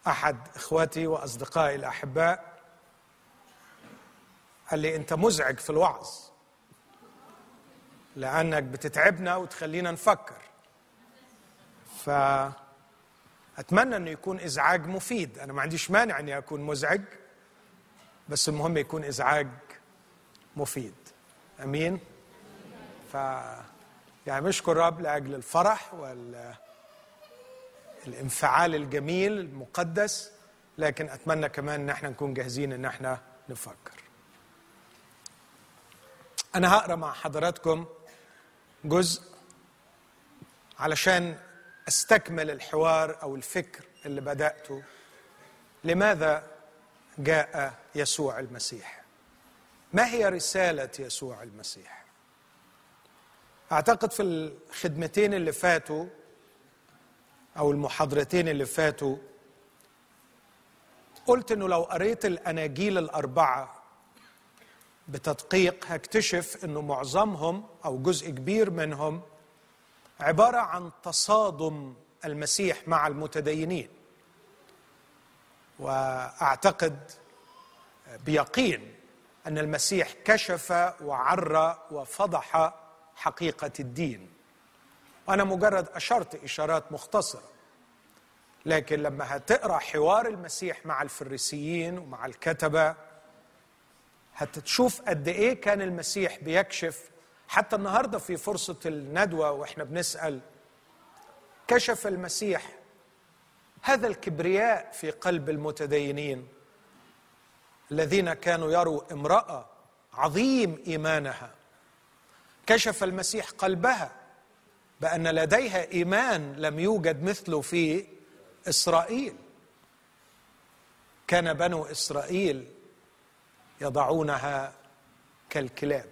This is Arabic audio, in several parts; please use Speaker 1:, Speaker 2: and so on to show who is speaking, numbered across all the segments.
Speaker 1: أحد إخوتي وأصدقائي الأحباء قال لي: أنت مزعج في الوعظ لأنك بتتعبنا وتخلينا نفكر. فأتمنى أنه يكون إزعاج مفيد. أنا ما عنديش مانع أني أكون مزعج، بس المهم يكون إزعاج مفيد. أمين. يعني نشكر الرب لأجل الفرح والانفعال الجميل المقدس، لكن أتمنى كمان أن احنا نكون جاهزين أن احنا نفكر. أنا هقرأ مع حضراتكم جزء علشان أستكمل الحوار أو الفكر اللي بدأته. لماذا جاء يسوع المسيح؟ ما هي رسالة يسوع المسيح؟ أعتقد في الخدمتين اللي فاتوا أو المحاضرتين اللي فاتوا قلت إنه لو قريت الأناجيل الأربعة بتدقيق هكتشف إنه معظمهم أو جزء كبير منهم عبارة عن تصادم المسيح مع المتدينين. وأعتقد بيقين أن المسيح كشف وعرى وفضح حقيقة الدين، وأنا مجرد أشرت إشارات مختصرة. لكن لما هتقرأ حوار المسيح مع الفريسيين ومع الكتبة هتشوف قد إيه كان المسيح بيكشف. حتى النهاردة في فرصة الندوة وإحنا بنسأل، كشف المسيح هذا الكبرياء في قلب المتدينين الذين كانوا يروا امرأة عظيم إيمانها. كشف المسيح قلبها بأن لديها إيمان لم يوجد مثله في إسرائيل. كان بنو إسرائيل يضعونها كالكلاب،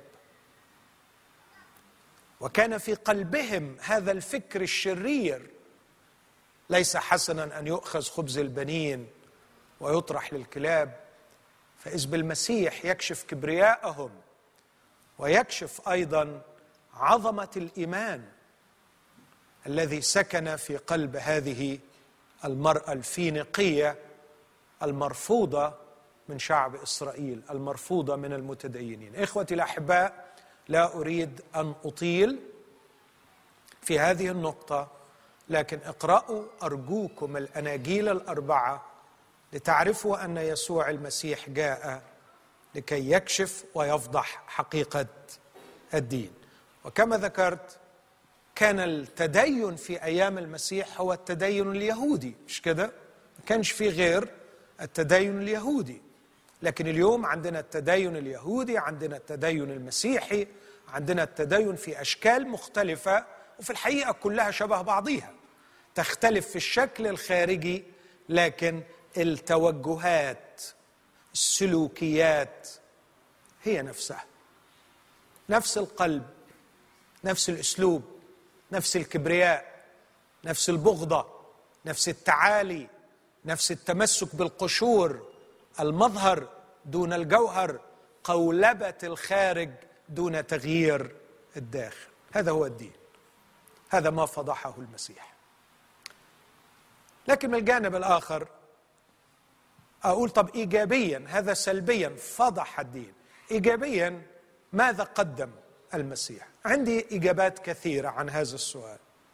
Speaker 1: وكان في قلبهم هذا الفكر الشرير: ليس حسنا أن يؤخذ خبز البنين ويطرح للكلاب. فإذ بالمسيح يكشف كبرياءهم ويكشف أيضا عظمة الإيمان الذي سكن في قلب هذه المرأة الفينيقية المرفوضة من شعب إسرائيل، المرفوضة من المتدينين. إخوتي الأحباء، لا أريد أن أطيل في هذه النقطة، لكن اقرأوا أرجوكم الأناجيل الأربعة لتعرفوا أن يسوع المسيح جاء لكي يكشف ويفضح حقيقة الدين. وكما ذكرت، كان التدين في أيام المسيح هو التدين اليهودي، مش كده؟ ما كانش فيه غير التدين اليهودي. لكن اليوم عندنا التدين اليهودي، عندنا التدين المسيحي، عندنا التدين في أشكال مختلفة، وفي الحقيقة كلها شبه بعضيها، تختلف في الشكل الخارجي، لكن التوجهات السلوكيات هي نفسها، نفس القلب، نفس الأسلوب، نفس الكبرياء، نفس البغضة، نفس التعالي، نفس التمسك بالقشور، المظهر دون الجوهر، قولبة الخارج دون تغيير الداخل. هذا هو الدين، هذا ما فضحه المسيح. لكن من الجانب الآخر أقول: طب إيجابيا، هذا سلبيا فضح الدين. إيجابيا ماذا قدم المسيح؟ عندي إجابات كثيرة عن هذا السؤال.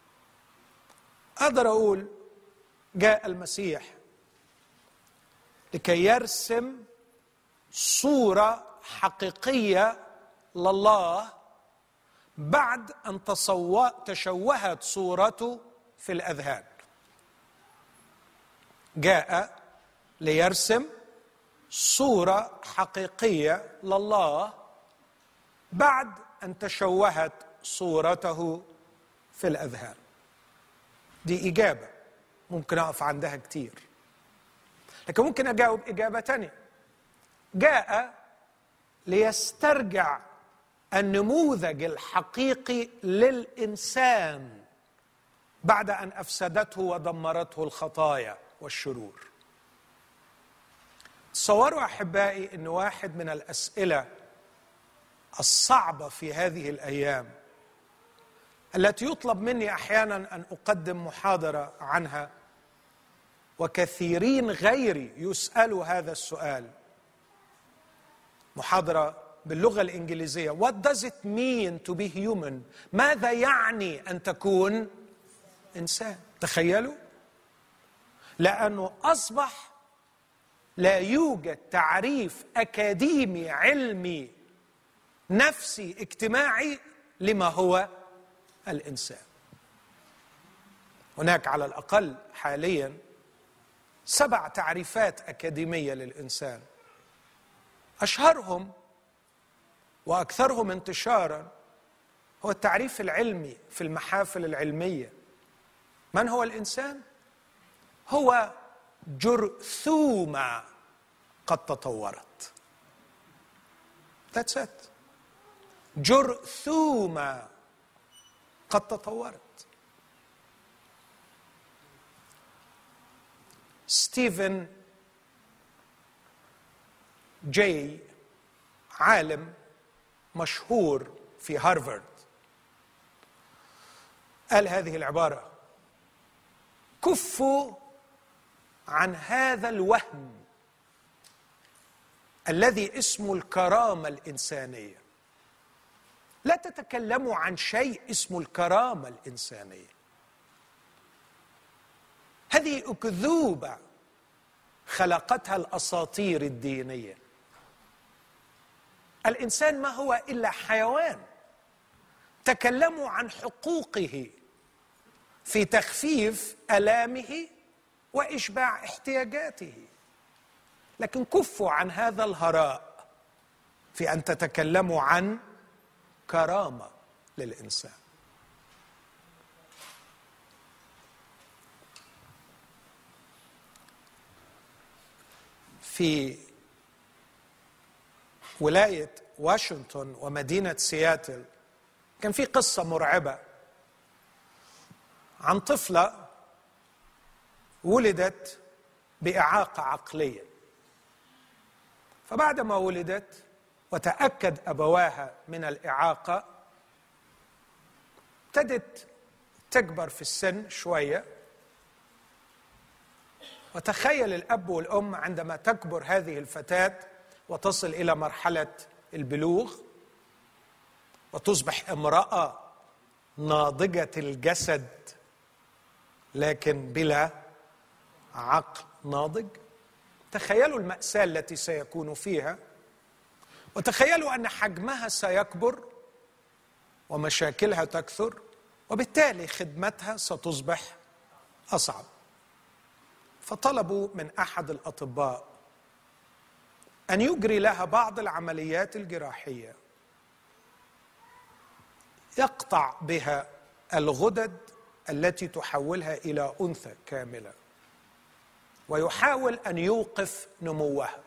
Speaker 1: أقدر أقول: جاء المسيح لكي يرسم صورة حقيقية لله بعد أن تشوهت صورته في الأذهان. جاء ليرسم صورة حقيقية لله بعد أن تشوهت صورته في الأذهان. دي إجابة ممكن أقف عندها كتير، لكن ممكن أجاوب إجابة تانية: جاء ليسترجع النموذج الحقيقي للإنسان بعد أن أفسدته ودمرته الخطايا والشرور. تصوروا أحبائي أن واحد من الأسئلة الصعبة في هذه الأيام التي يطلب مني أحيانا أن أقدم محاضرة عنها وكثيرين غيري يسألوا هذا السؤال. محاضرة باللغة الإنجليزية: What does it mean to be human؟ ماذا يعني أن تكون إنسان؟ تخيلوا، لأنه أصبح لا يوجد تعريف أكاديمي علمي نفسي اجتماعي لما هو الإنسان. هناك على الأقل حاليا 7 تعريفات أكاديمية للإنسان، أشهرهم وأكثرهم انتشارا هو التعريف العلمي في المحافل العلمية. من هو الإنسان؟ هو جرثومة قد تطورت. That's it. جرثومة قد تطورت. ستيفن جاي، عالم مشهور في هارفارد، قال هذه العبارة: كفوا عن هذا الوهم الذي اسمه الكرامة الإنسانية. لا تتكلموا عن شيء اسمه الكرامة الإنسانية. هذه أكذوبة خلقتها الأساطير الدينية. الإنسان ما هو إلا حيوان. تكلموا عن حقوقه في تخفيف آلامه وإشباع احتياجاته، لكن كفوا عن هذا الهراء في أن تتكلموا عن كرامة للإنسان. في ولاية واشنطن ومدينة سياتل كان في قصة مرعبة عن طفلة ولدت بإعاقة عقلية، فبعدما ولدت وتأكد أبواها من الإعاقة ابتدت تكبر في السن شوية. وتخيل الأب والأم عندما تكبر هذه الفتاة وتصل إلى مرحلة البلوغ وتصبح امرأة ناضجة الجسد لكن بلا عقل ناضج. تخيلوا المأساة التي سيكون فيها، وتخيلوا أن حجمها سيكبر ومشاكلها تكثر، وبالتالي خدمتها ستصبح أصعب. فطلبوا من أحد الأطباء أن يجري لها بعض العمليات الجراحية يقطع بها الغدد التي تحولها إلى أنثى كاملة، ويحاول أن يوقف نموها،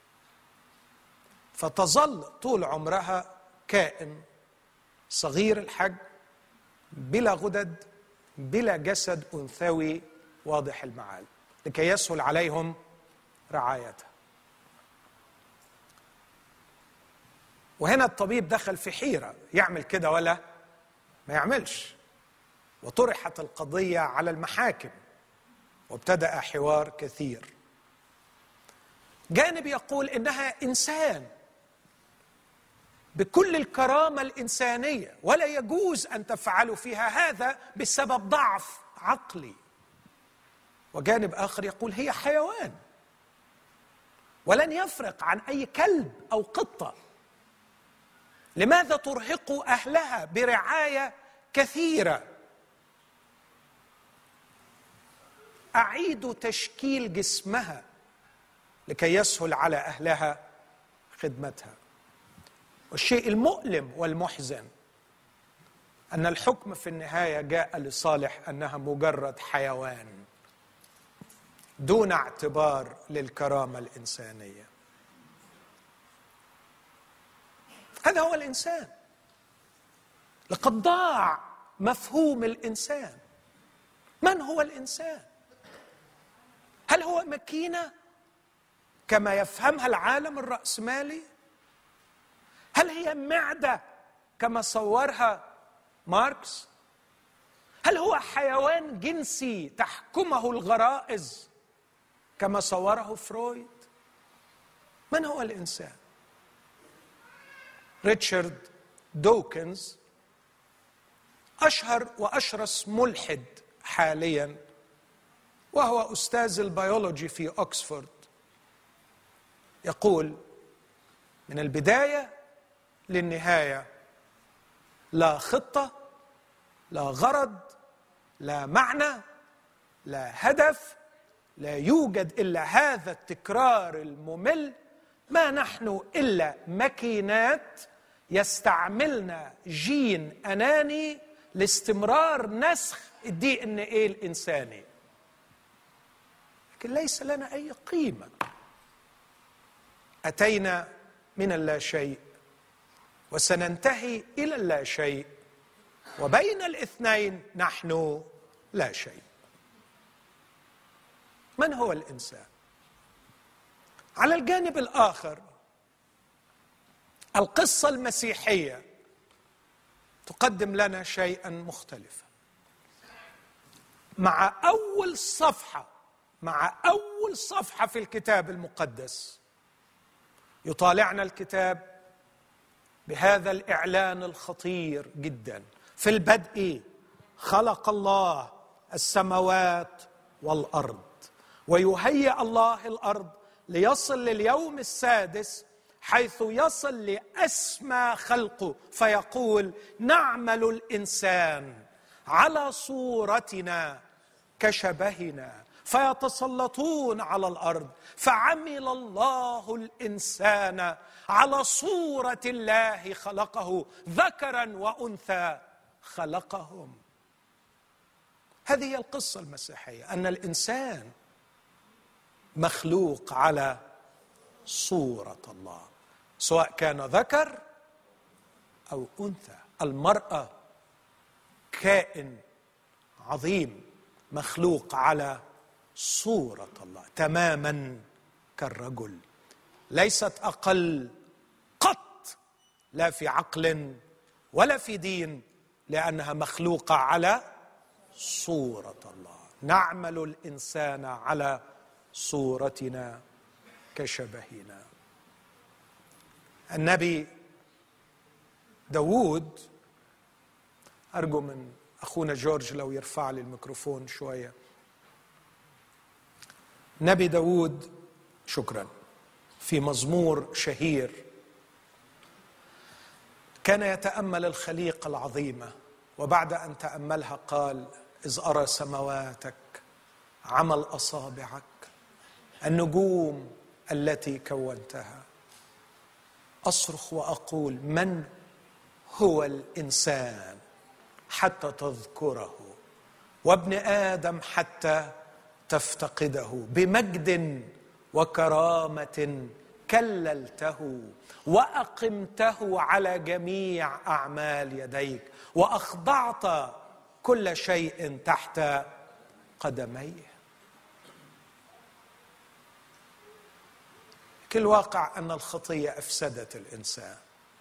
Speaker 1: فتظل طول عمرها كائن صغير الحجم بلا غدد بلا جسد أنثوي واضح المعالم، لكي يسهل عليهم رعايتها. وهنا الطبيب دخل في حيرة، يعمل كده ولا ما يعملش؟ وطرحت القضية على المحاكم وابتدأ حوار كثير. جانب يقول إنها إنسان بكل الكرامة الإنسانية ولا يجوز أن تفعلوا فيها هذا بسبب ضعف عقلي، وجانب آخر يقول هي حيوان ولن يفرق عن أي كلب أو قطة. لماذا ترهقوا أهلها برعاية كثيرة؟ أعيدوا تشكيل جسمها لكي يسهل على أهلها خدمتها. والشيء المؤلم والمحزن أن الحكم في النهاية جاء لصالح أنها مجرد حيوان دون اعتبار للكرامة الإنسانية. هذا هو الإنسان. لقد ضاع مفهوم الإنسان. من هو الإنسان؟ هل هو ماكينة كما يفهمها العالم الرأسمالي؟ هل هي معدة كما صورها ماركس؟ هل هو حيوان جنسي تحكمه الغرائز كما صوره فرويد. من هو الإنسان؟ ريتشارد دوكنز أشهر وأشرس ملحد حاليا، وهو أستاذ البيولوجي في أكسفورد، يقول: من البداية للنهاية لا خطة، لا غرض، لا معنى، لا هدف، لا يوجد إلا هذا التكرار الممل. ما نحن إلا ماكينات يستعملنا جين أناني لاستمرار نسخ الدي ان ايه الإنساني، لكن ليس لنا أي قيمة. أتينا من اللا شيء وسننتهي إلى اللا شيء، وبين الاثنين نحن لا شيء. من هو الإنسان؟ على الجانب الآخر القصة المسيحية تقدم لنا شيئا مختلفا. مع أول صفحة في الكتاب المقدس يطالعنا الكتاب بهذا الإعلان الخطير جدا: في البدء خلق الله السماوات والأرض، ويهيئ الله الأرض ليصل لليوم السادس حيث يصل لأسمى خلقه، فيقول: نعمل الإنسان على صورتنا كشبهنا فيتسلطون على الأرض. فعمل الله الإنسان على صورة الله خلقه، ذكرا وأنثى خلقهم. هذه هي القصة المسيحية، أن الإنسان مخلوق على صورة الله، سواء كان ذكر أو أنثى. المرأة كائن عظيم مخلوق على صورة الله تماما كالرجل، ليست أقل قط، لا في عقل ولا في دين، لأنها مخلوقة على صورة الله. نعمل الإنسان على صورتنا كشبهنا. النبي داود، أرجو من أخونا جورج لو يرفع لي الميكروفون شوية. نبي داود، شكرا، في مزمور شهير كان يتأمل الخليقة العظيمة، وبعد أن تأملها قال: إذ أرى سمواتك عمل أصابعك، النجوم التي كونتها، أصرخ وأقول: من هو الإنسان حتى تذكره، وابن آدم حتى تفتقده؟ بمجد وكرامة كللته، وأقمته على جميع أعمال يديك، وأخضعت كل شيء تحت قدميه. كل واقع أن الخطية أفسدت الإنسان،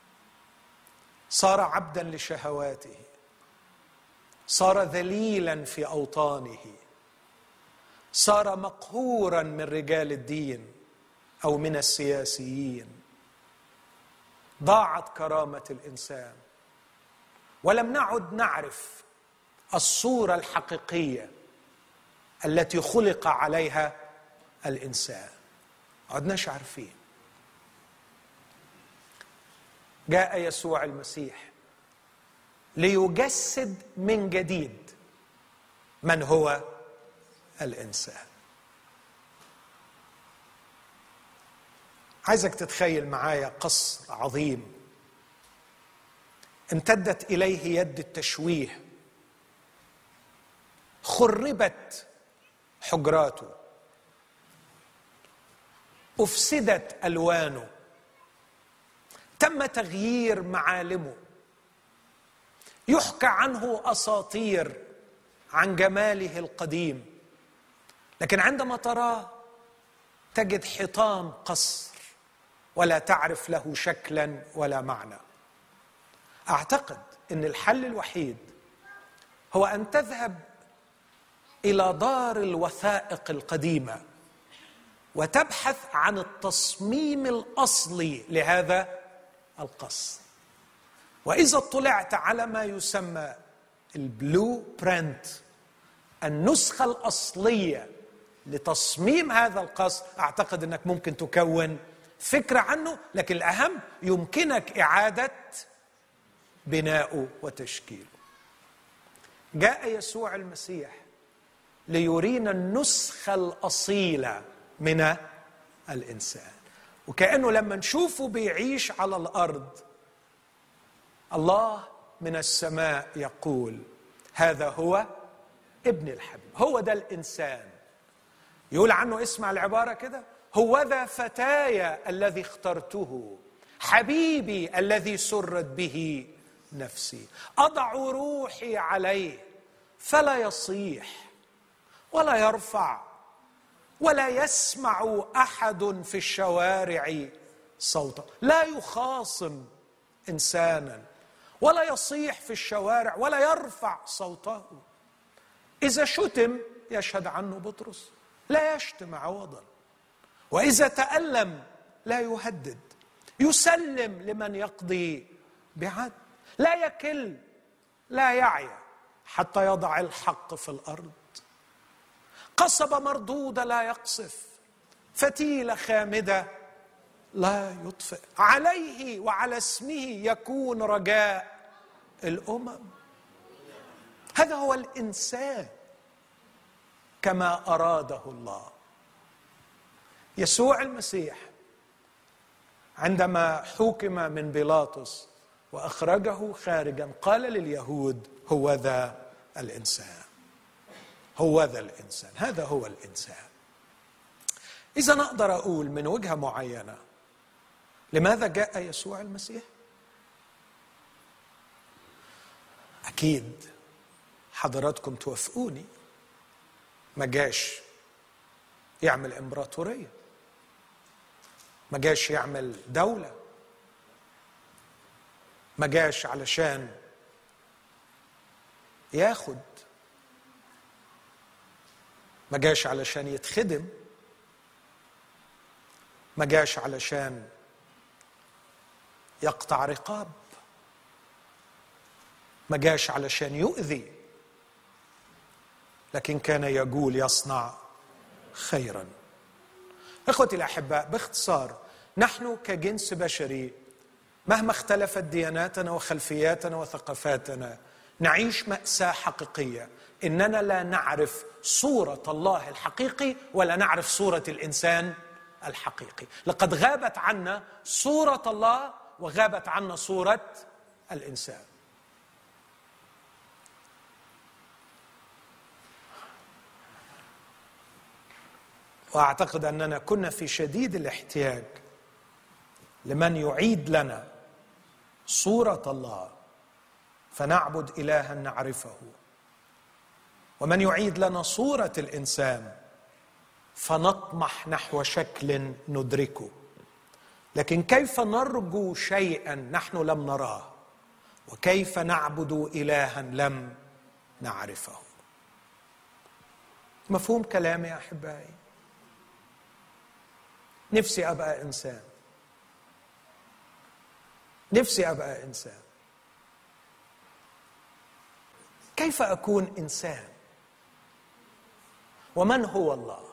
Speaker 1: صار عبدا لشهواته، صار ذليلا في أوطانه، صار مقهورا من رجال الدين أو من السياسيين. ضاعت كرامة الإنسان، ولم نعد نعرف الصورة الحقيقية التي خلق عليها الإنسان، عدناش عارفين. جاء يسوع المسيح ليجسد من جديد من هو الإنسان. عايزك تتخيل معايا قصر عظيم امتدت إليه يد التشويه، خربت حجراته، أفسدت ألوانه، تم تغيير معالمه، يحكى عنه أساطير عن جماله القديم، لكن عندما تراه تجد حيطان قصر ولا تعرف له شكلا ولا معنى. أعتقد أن الحل الوحيد هو أن تذهب إلى دار الوثائق القديمة وتبحث عن التصميم الأصلي لهذا القصر. وإذا اطلعت على ما يسمى البلو برنت، النسخة الأصلية لتصميم هذا القصر، أعتقد أنك ممكن تكون فكرة عنه، لكن الأهم يمكنك إعادة بناؤه وتشكيله. جاء يسوع المسيح ليرينا النسخة الأصيلة من الإنسان، وكأنه لما نشوفه بيعيش على الأرض، الله من السماء يقول هذا هو ابن الحبيب، هو ده الإنسان. يقول عنه، اسمع العبارة كده، هو ذا فتاي الذي اخترته، حبيبي الذي سرت به نفسي، أضع روحي عليه فلا يصيح ولا يرفع ولا يسمع أحد في الشوارع صوته. لا يخاصم إنسانا ولا يصيح في الشوارع ولا يرفع صوته. إذا شتم يشهد عنه بطرس لا يشتم عوضا، وإذا تألم لا يهدد، يسلم لمن يقضي بعدل، لا يكل لا يعيا حتى يضع الحق في الأرض، قصبة مردودة لا يقصف، فتيلة خامدة لا يطفئ، عليه وعلى اسمه يكون رجاء الأمم. هذا هو الإنسان كما أراده الله. يسوع المسيح عندما حكم من بيلاطس وأخرجه خارجا قال لليهود هو ذا الإنسان، هو ذا الإنسان، هذا هو الإنسان. إذا أقدر أقول من وجهة معينة لماذا جاء يسوع المسيح؟ أكيد حضراتكم توافقوني، ما جاش يعمل إمبراطورية، ما جاش يعمل دولة، ما جاش علشان ياخد، ما جاش علشان يتخدم، ما جاش علشان يقطع رقاب، ما جاش علشان يؤذي، لكن كان يقول يصنع خيرا. اخوتي الاحباء، باختصار نحن كجنس بشري مهما اختلفت دياناتنا وخلفياتنا وثقافاتنا نعيش مأساة حقيقية، اننا لا نعرف صورة الله الحقيقي ولا نعرف صورة الانسان الحقيقي. لقد غابت عنا صورة الله وغابت عنا صورة الانسان. واعتقد اننا كنا في شديد الاحتياج لمن يعيد لنا صورة الله فنعبد إلها نعرفه، ومن يعيد لنا صورة الإنسان فنطمح نحو شكل ندركه. لكن كيف نرجو شيئا نحن لم نراه، وكيف نعبد إلها لم نعرفه؟ مفهوم كلامي يا أحبائي؟ نفسي أبقى إنسان، نفسي أبقى إنسان. كيف أكون إنسان؟ ومن هو الله؟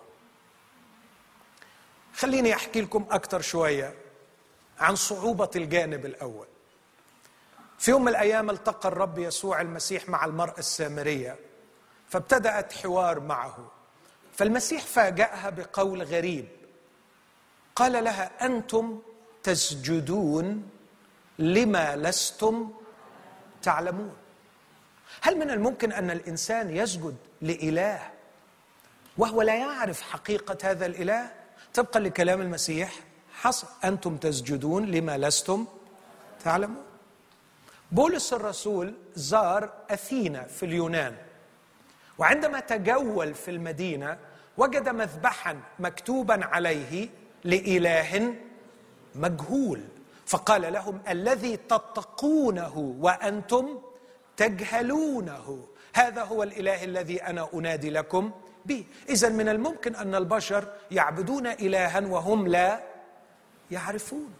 Speaker 1: خليني أحكي لكم أكثر شوية عن صعوبة الجانب الأول. في يوم من الأيام التقى الرب يسوع المسيح مع المرأة السامرية، فابتدأت حوار معه، فالمسيح فاجأها بقول غريب، قال لها أنتم تسجدون لما لستم تعلمون. هل من الممكن أن الإنسان يسجد لإله وهو لا يعرف حقيقة هذا الإله؟ طبقا لكلام المسيح حصل، أنتم تسجدون لما لستم تعلمون. بولس الرسول زار أثينا في اليونان، وعندما تجول في المدينة وجد مذبحا مكتوبا عليه لإله مجهول، فقال لهم الذي تتقونه وأنتم تجهلونه هذا هو الإله الذي أنا أنادي لكم به. إذن من الممكن أن البشر يعبدون إلها وهم لا يعرفون.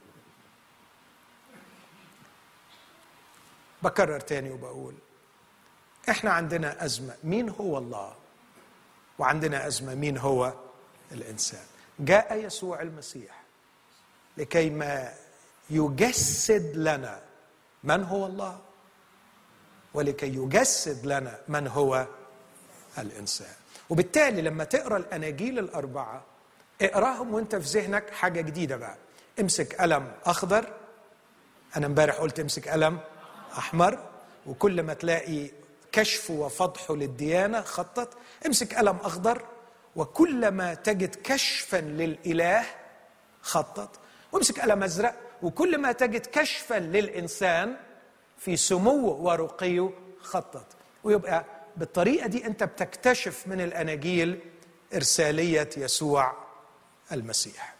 Speaker 1: بكرر تاني وبقول إحنا عندنا أزمة مين هو الله، وعندنا أزمة مين هو الإنسان. جاء يسوع المسيح لكي ما يجسد لنا من هو الله، ولكي يجسد لنا من هو الإنسان. وبالتالي لما تقرأ الأناجيل الأربعة اقراهم وانت في ذهنك حاجة جديدة بقى. امسك قلم أخضر، أنا امبارح قلت امسك قلم أحمر، وكل ما تلاقي كشف وفضح للديانة خطط. امسك قلم أخضر، وكل ما تجد كشفا للإله خطط. وامسك قلم أزرق، وكل ما تجد كشفا للإنسان في سموه ورقيه خطط. ويبقى بالطريقة دي أنت بتكتشف من الأناجيل إرسالية يسوع المسيح.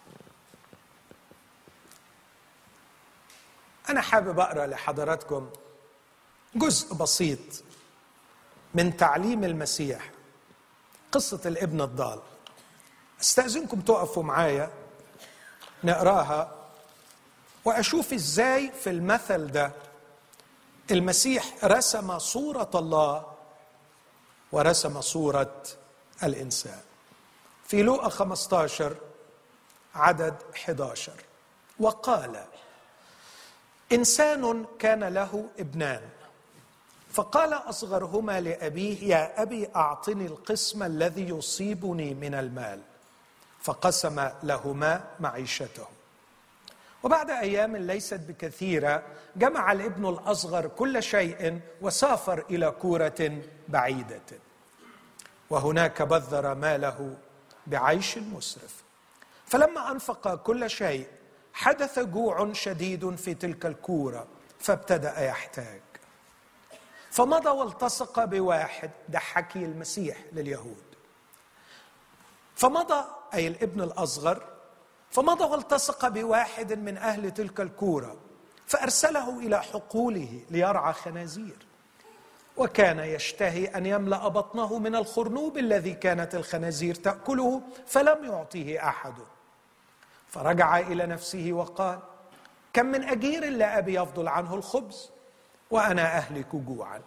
Speaker 1: أنا حابب أقرأ لحضراتكم جزء بسيط من تعليم المسيح، قصة الابن الضال. استأذنكم تقفوا معايا نقراها وأشوف إزاي في المثل ده المسيح رسم صورة الله ورسم صورة الإنسان. في لوقا 15 عدد 11: وقال: إنسان كان له ابنان، فقال أصغرهما لأبيه: يا أبي أعطني القسم الذي يصيبني من المال، فقسم لهما معيشته. وبعد أيام ليست بكثيرة جمع الابن الأصغر كل شيء وسافر إلى كورة بعيدة، وهناك بذر ماله بعيش مسرف. فلما أنفق كل شيء حدث جوع شديد في تلك الكورة، فابتدأ يحتاج، فمضى والتصق بواحد. ده حكي المسيح لليهود. فمضى أي الابن الأصغر، فمضى والتصق بواحد من أهل تلك الكورة، فأرسله إلى حقوله ليرعى خنازير، وكان يشتهي أن يملأ بطنه من الخرنوب الذي كانت الخنازير تأكله، فلم يعطيه أحد. فرجع إلى نفسه وقال: كم من أجير لأبي يفضل عنه الخبز وأنا أهلك جوعا.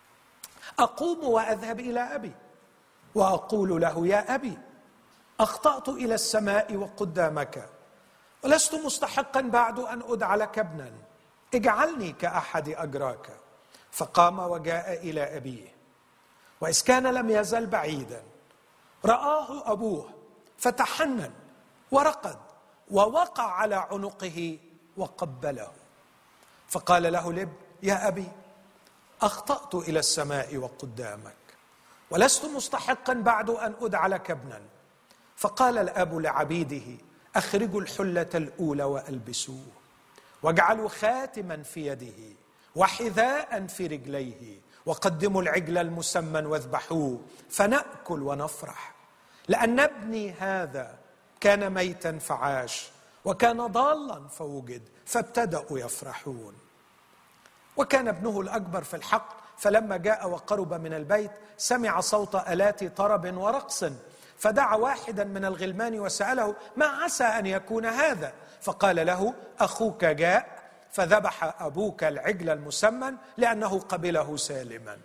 Speaker 1: أقوم وأذهب إلى أبي وأقول له: يا أبي، أخطأت إلى السماء وقدامك، ولست مستحقا بعد أن أدعى لك ابنا، اجعلني كأحد أجراك. فقام وجاء إلى أبيه، وإذ كان لم يزل بعيدا رآه أبوه، فتحنن ورقد ووقع على عنقه وقبله. فقال له الابن: يا أبي، أخطأت إلى السماء وقدامك، ولست مستحقا بعد أن أدعى لك ابنا. فقال الأب لعبيده: أخرجوا الحلة الأولى وألبسوه، واجعلوا خاتما في يده وحذاء في رجليه، وقدموا العجل المسمن واذبحوه، فنأكل ونفرح. لأن ابني هذا كان ميتا فعاش، وكان ضالا فوجد، فابتدأوا يفرحون. وكان ابنه الأكبر في الحقل، فلما جاء وقرب من البيت سمع صوت آلات طرب ورقص، فدعا واحدا من الغلمان وسأله: ما عسى أن يكون هذا؟ فقال له: أخوك جاء، فذبح أبوك العجل المسمن لأنه قبله سالما.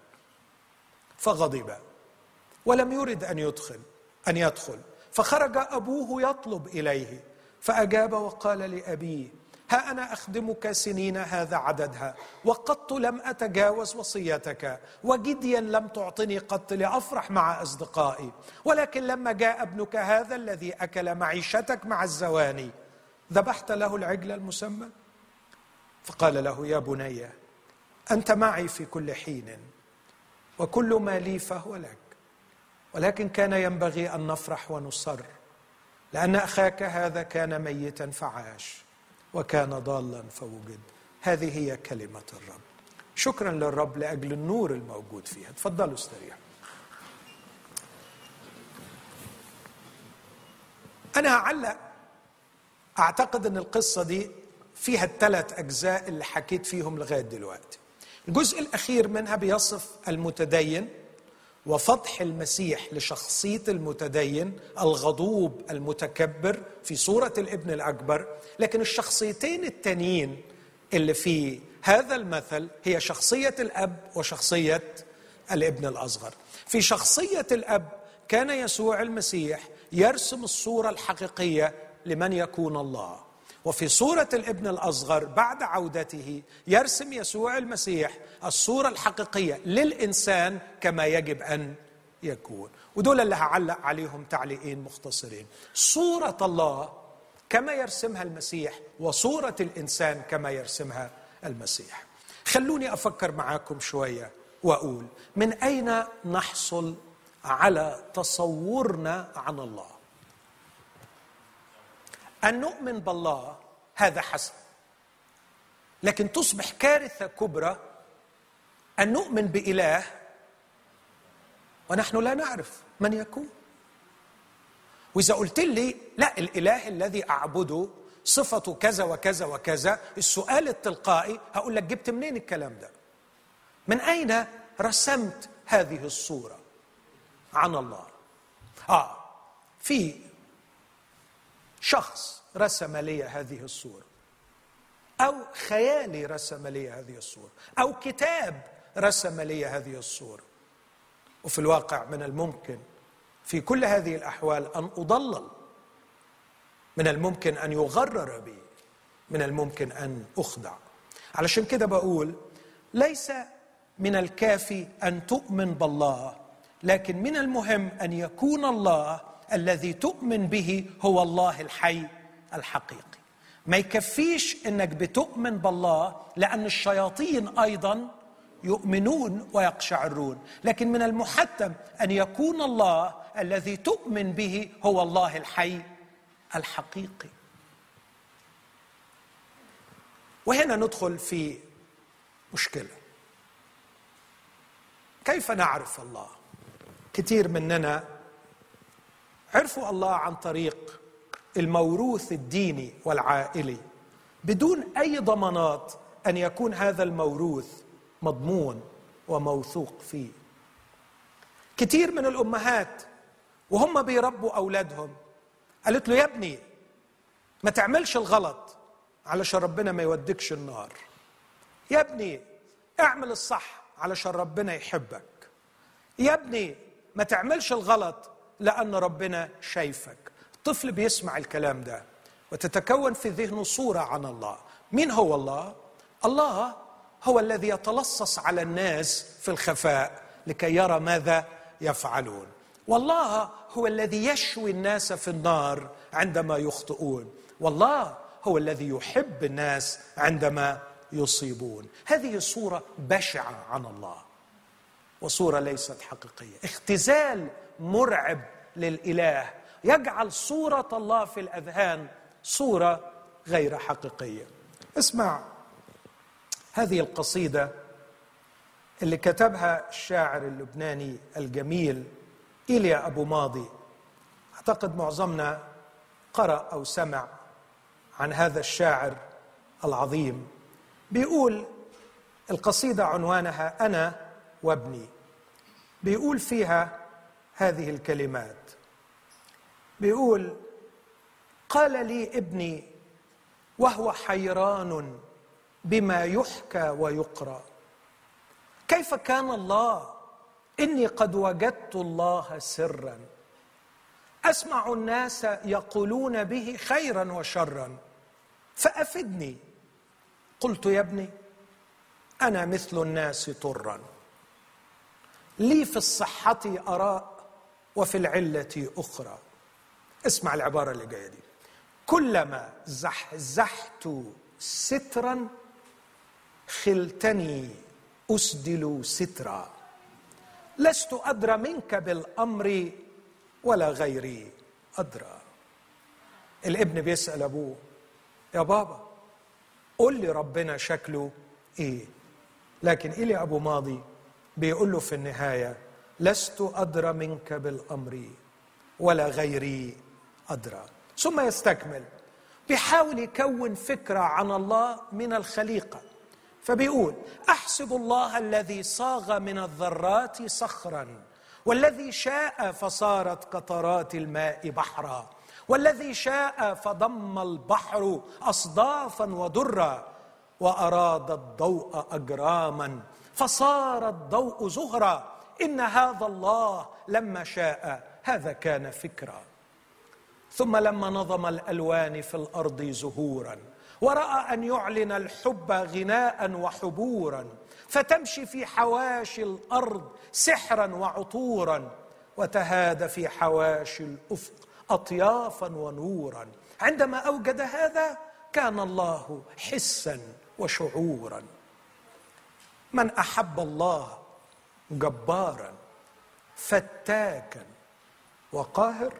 Speaker 1: فغضب ولم يرد أن يدخل، فخرج أبوه يطلب إليه، فأجاب وقال لأبيه: ها أنا أخدمك سنين هذا عددها، وقط لم أتجاوز وصيتك، وجديا لم تعطني قط لأفرح مع أصدقائي. ولكن لما جاء ابنك هذا الذي أكل معيشتك مع الزواني، ذبحت له العجل المسمن. فقال له: يا بني، أنت معي في كل حين، وكل ما لي فهو لك، ولكن كان ينبغي أن نفرح ونصر، لأن أخاك هذا كان ميتا فعاش، وكان ضالا فوجد. هذه هي كلمة الرب. شكرا للرب لأجل النور الموجود فيها. تفضلوا استريحوا. أنا هعلق، أعتقد أن القصة دي فيها الثلاث أجزاء اللي حكيت فيهم لغاية دلوقتي. الجزء الأخير منها بيصف المتدين، وفضح المسيح لشخصية المتدين الغضوب المتكبر في صورة الابن الأكبر، لكن الشخصيتين التانيين اللي في هذا المثل هي شخصية الأب وشخصية الابن الأصغر. في شخصية الأب كان يسوع المسيح يرسم الصورة الحقيقية لمن يكون الله، وفي صورة الابن الأصغر بعد عودته يرسم يسوع المسيح الصورة الحقيقية للإنسان كما يجب أن يكون. ودول اللي هعلق عليهم تعليقين مختصرين: صورة الله كما يرسمها المسيح، وصورة الإنسان كما يرسمها المسيح. خلوني أفكر معاكم شوية وأقول: من أين نحصل على تصورنا عن الله؟ أن نؤمن بالله هذا حسن، لكن تصبح كارثة كبرى أن نؤمن بإله ونحن لا نعرف من يكون. وإذا قلت لي لا، الإله الذي أعبده صفته كذا وكذا وكذا، السؤال التلقائي هقول لك: جبت منين الكلام ده؟ من أين رسمت هذه الصورة عن الله؟ في شخص رسم لي هذه الصورة، أو خيالي رسم لي هذه الصورة، أو كتاب رسم لي هذه الصورة. وفي الواقع من الممكن في كل هذه الأحوال أن أضلل، من الممكن أن يغرر بي، من الممكن أن أخدع. علشان كده بقول: ليس من الكافي أن تؤمن بالله، لكن من المهم أن يكون الله الذي تؤمن به هو الله الحي الحقيقي. ما يكفيش إنك بتؤمن بالله، لأن الشياطين أيضا يؤمنون ويقشعرون، لكن من المحتم أن يكون الله الذي تؤمن به هو الله الحي الحقيقي. وهنا ندخل في مشكلة: كيف نعرف الله؟ كثير مننا عرفوا الله عن طريق الموروث الديني والعائلي، بدون أي ضمانات أن يكون هذا الموروث مضمون وموثوق فيه. كثير من الأمهات وهم بيربوا أولادهم قالت له: يا ابني ما تعملش الغلط علشان ربنا ما يودكش النار، يا ابني اعمل الصح علشان ربنا يحبك، يا ابني ما تعملش الغلط لأن ربنا شايفك. الطفل بيسمع الكلام ده وتتكون في ذهنه صورة عن الله. مين هو الله؟ الله هو الذي يتلصص على الناس في الخفاء لكي يرى ماذا يفعلون، والله هو الذي يشوي الناس في النار عندما يخطئون، والله هو الذي يحب الناس عندما يصيبون. هذه صورة بشعة عن الله، وصورة ليست حقيقية. اختزال مرعب للإله يجعل صورة الله في الأذهان صورة غير حقيقية. اسمع هذه القصيدة اللي كتبها الشاعر اللبناني الجميل إيليا أبو ماضي. أعتقد معظمنا قرأ أو سمع عن هذا الشاعر العظيم. بيقول القصيدة عنوانها أنا وابني. بيقول فيها هذه الكلمات، بيقول: قال لي ابني وهو حيران بما يحكى ويقرأ: كيف كان الله؟ إني قد وجدت الله سرا، أسمع الناس يقولون به خيرا وشرا، فأفدني. قلت: يا ابني أنا مثل الناس طرا، لي في الصحة آراء وفي العلة أخرى. اسمع العبارة اللي جاية دي: كلما زحزحت سترا خلتني أسدل سترا، لست أدرى منك بالأمر ولا غيري أدرى. الابن بيسأل أبوه: يا بابا قل لي ربنا شكله إيه؟ لكن إيليا أبو ماضي بيقول له في النهاية: لست أدرى منك بالأمر ولا غيري أدرى. ثم يستكمل، بيحاول يكون فكرة عن الله من الخليقة، فبيقول: أحسب الله الذي صاغ من الذرات صخرا والذي شاء فصارت قطرات الماء بحرا، والذي شاء فضم البحر أصدافا ودرا، وأراد الضوء أجراما فصار الضوء زهرا، إن هذا الله لما شاء هذا كان فكرا. ثم لما نظم الألوان في الأرض زهورا، ورأى أن يعلن الحب غناء وحبورا، فتمشي في حواشي الأرض سحرا وعطورا، وتهاد في حواشي الأفق أطيافا ونورا. عندما أوجد هذا كان الله حسا وشعورا. من أحب الله جبارا فتاكا وقاهر،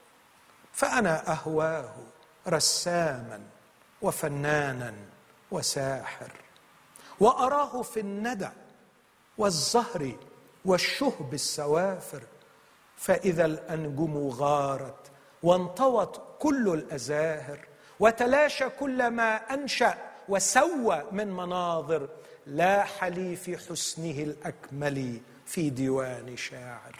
Speaker 1: فأنا أهواه رساما وفنانا وساحر، وأراه في الندى والزهر والشهب السوافر، فإذا الأنجم غارت وانطوت كل الأزاهر، وتلاشى كل ما أنشأ وسوى من مناظر، لاح لي في حسنه الأكمل في ديوان شاعر.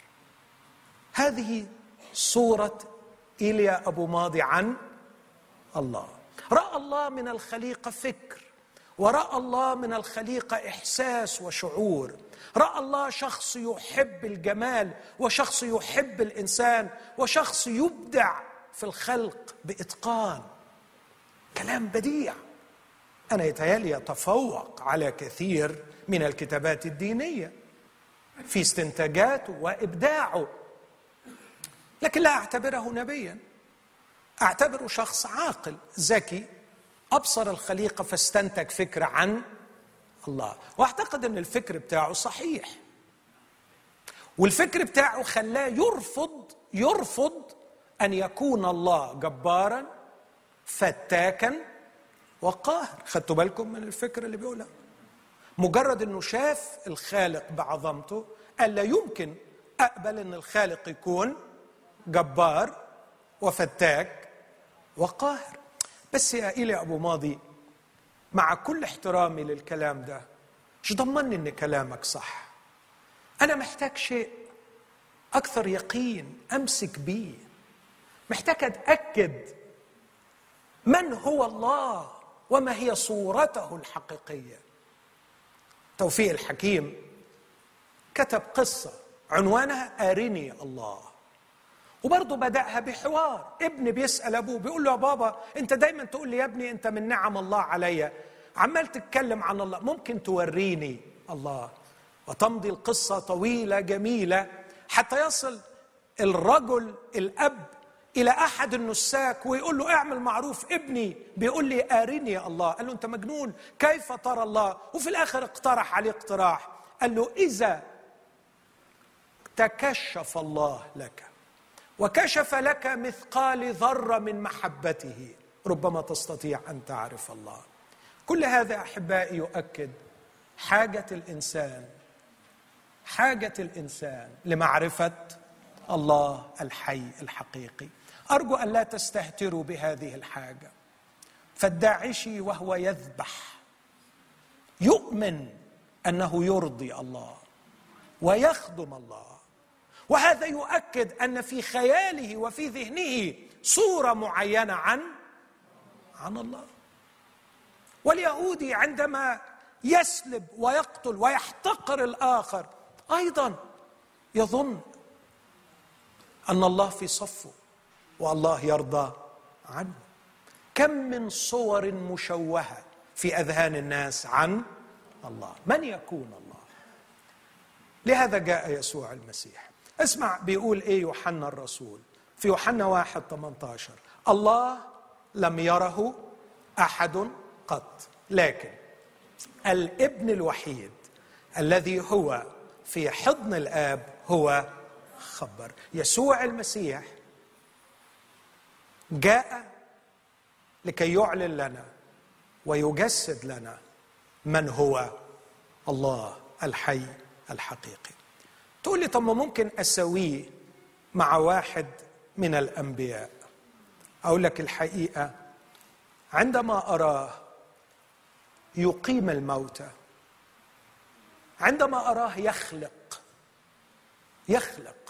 Speaker 1: هذه صورة إيليا أبو ماضي عن الله. رأى الله من الخليقة فكر، ورأى الله من الخليقة إحساس وشعور. رأى الله شخص يحب الجمال، وشخص يحب الإنسان، وشخص يبدع في الخلق بإتقان. كلام بديع، أنا يتهيألي يتفوق على كثير من الكتابات الدينية في استنتاجاته وإبداعه، لكن لا أعتبره نبيا، أعتبره شخص عاقل ذكي أبصر الخليقة فاستنتج فكرة عن الله. وأعتقد أن الفكر بتاعه صحيح، والفكر بتاعه خلاه يرفض أن يكون الله جبارا فتاكا وقاهر. خدتوا بالكم من الفكرة اللي بيقولها؟ مجرد أنه شاف الخالق بعظمته قال لا يمكن أقبل أن الخالق يكون جبار وفتاك وقاهر. بس يا إيليا أبو ماضي، مع كل احترامي للكلام ده، مش ضمني أن كلامك صح. أنا محتاج شيء أكثر يقين أمسك بيه، محتاج أتأكد من هو الله وما هي صورته الحقيقية. توفيق الحكيم كتب قصة عنوانها أرني الله، وبرضه بدأها بحوار. ابن بيسأل أبوه بيقول له يا بابا أنت دايما تقول لي يا ابني أنت من نعم الله عليا، عمال تتكلم عن الله، ممكن توريني الله؟ وتمضي القصة طويلة جميلة حتى يصل الرجل الأب إلى أحد النساك ويقول له اعمل معروف، ابني بيقول لي أرني الله. قال له أنت مجنون، كيف ترى الله؟ وفي الآخر اقترح عليه اقتراح، قال له إذا تكشف الله لك وكشف لك مثقال ذرة من محبته ربما تستطيع أن تعرف الله. كل هذا أحبائي يؤكد حاجة الإنسان لمعرفة الله الحي الحقيقي. أرجو أن لا تستهتروا بهذه الحاجة. فالداعشي وهو يذبح يؤمن أنه يرضي الله ويخدم الله، وهذا يؤكد أن في خياله وفي ذهنه صورة معينة عن الله. واليهودي عندما يسلب ويقتل ويحتقر الآخر أيضا يظن أن الله في صفه والله يرضى عنه. كم من صور مشوهة في أذهان الناس عن الله. من يكون الله؟ لهذا جاء يسوع المسيح. اسمع بيقول إيه يوحنا الرسول في يوحنا 1:18: الله لم يره أحد قط، لكن الابن الوحيد الذي هو في حضن الآب هو خبر. يسوع المسيح جاء لكي يعلن لنا ويجسد لنا من هو الله الحي الحقيقي. تقول لي طب ما ممكن أسويه مع واحد من الأنبياء. أقول لك الحقيقة، عندما أراه يقيم الموتى، عندما أراه يخلق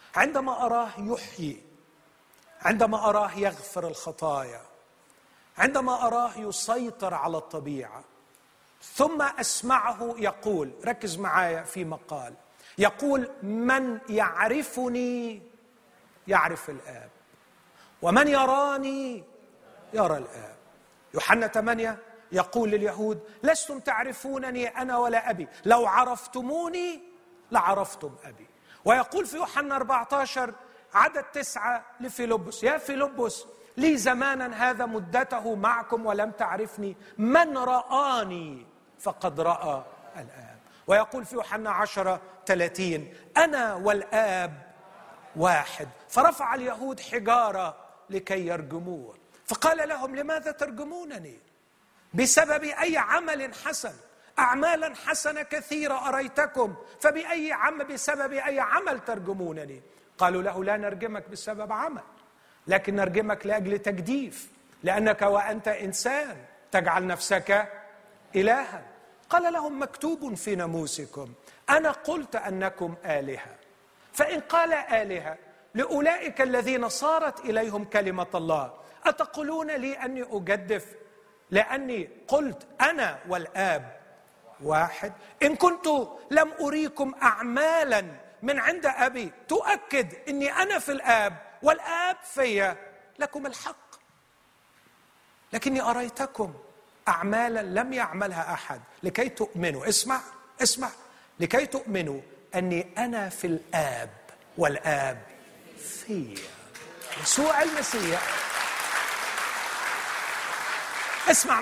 Speaker 1: عندما أراه يحيي، عندما أراه يغفر الخطايا، عندما أراه يسيطر على الطبيعة، ثم أسمعه يقول، ركز معايا في مقال، يقول: من يعرفني يعرف الآب، ومن يراني يرى الآب. يوحنا 8 يقول لليهود: لستم تعرفونني أنا ولا أبي، لو عرفتموني لعرفتم أبي. ويقول في يوحنا 14 عدد 9 لفيلبس: يا فيلبس، لي زمانا هذا مدته معكم ولم تعرفني، من رآني فقد رأى الآب. ويقول في يوحنا 10:30: أنا والآب واحد. فرفع اليهود حجارة لكي يرجموه، فقال لهم: لماذا ترجمونني؟ بسبب أي عمل حسن؟ أعمالا حسنة كثيرة أريتكم، بسبب أي عمل ترجمونني؟ قالوا له: لا نرجمك بسبب عمل، لكن نرجمك لأجل تجديف، لأنك وأنت إنسان تجعل نفسك إلها. قال لهم: مكتوب في ناموسكم: أنا قلت أنكم آلهة. فإن قال آلهة لأولئك الذين صارت إليهم كلمة الله، أتقولون لي أني أجدف لأني قلت أنا والآب واحد؟ إن كنت لم أريكم أعمالا من عند أبي تؤكد أني أنا في الآب والآب في، لكم الحق، لكني أريتكم أعمالا لم يعملها أحد لكي تؤمنوا، اسمع، لكي تؤمنوا أني أنا في الآب والآب في. يسوع المسيح، اسمع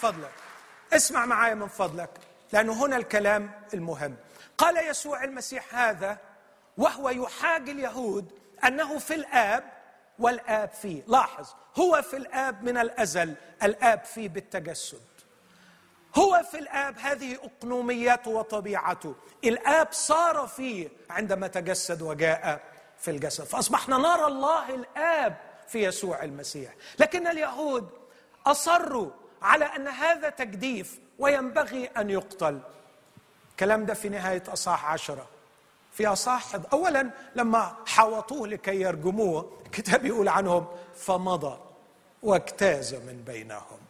Speaker 1: معايا من فضلك، لأنه هنا الكلام المهم. قال يسوع المسيح هذا وهو يحاجي اليهود أنه في الآب والآب فيه. لاحظ، هو في الآب من الأزل، الآب فيه بالتجسد. هو في الآب، هذه أقنوميته وطبيعته. الآب صار فيه عندما تجسد وجاء في الجسد، فأصبحنا نرى الله الآب في يسوع المسيح. لكن اليهود أصروا على أن هذا تجديف وينبغي أن يقتل. الكلام ده في نهاية أصحاح 10. في أصحاح أولا لما حاوطوه لكي يرجموه، الكتاب يقول عنهم: فمضى واجتاز من بينهم.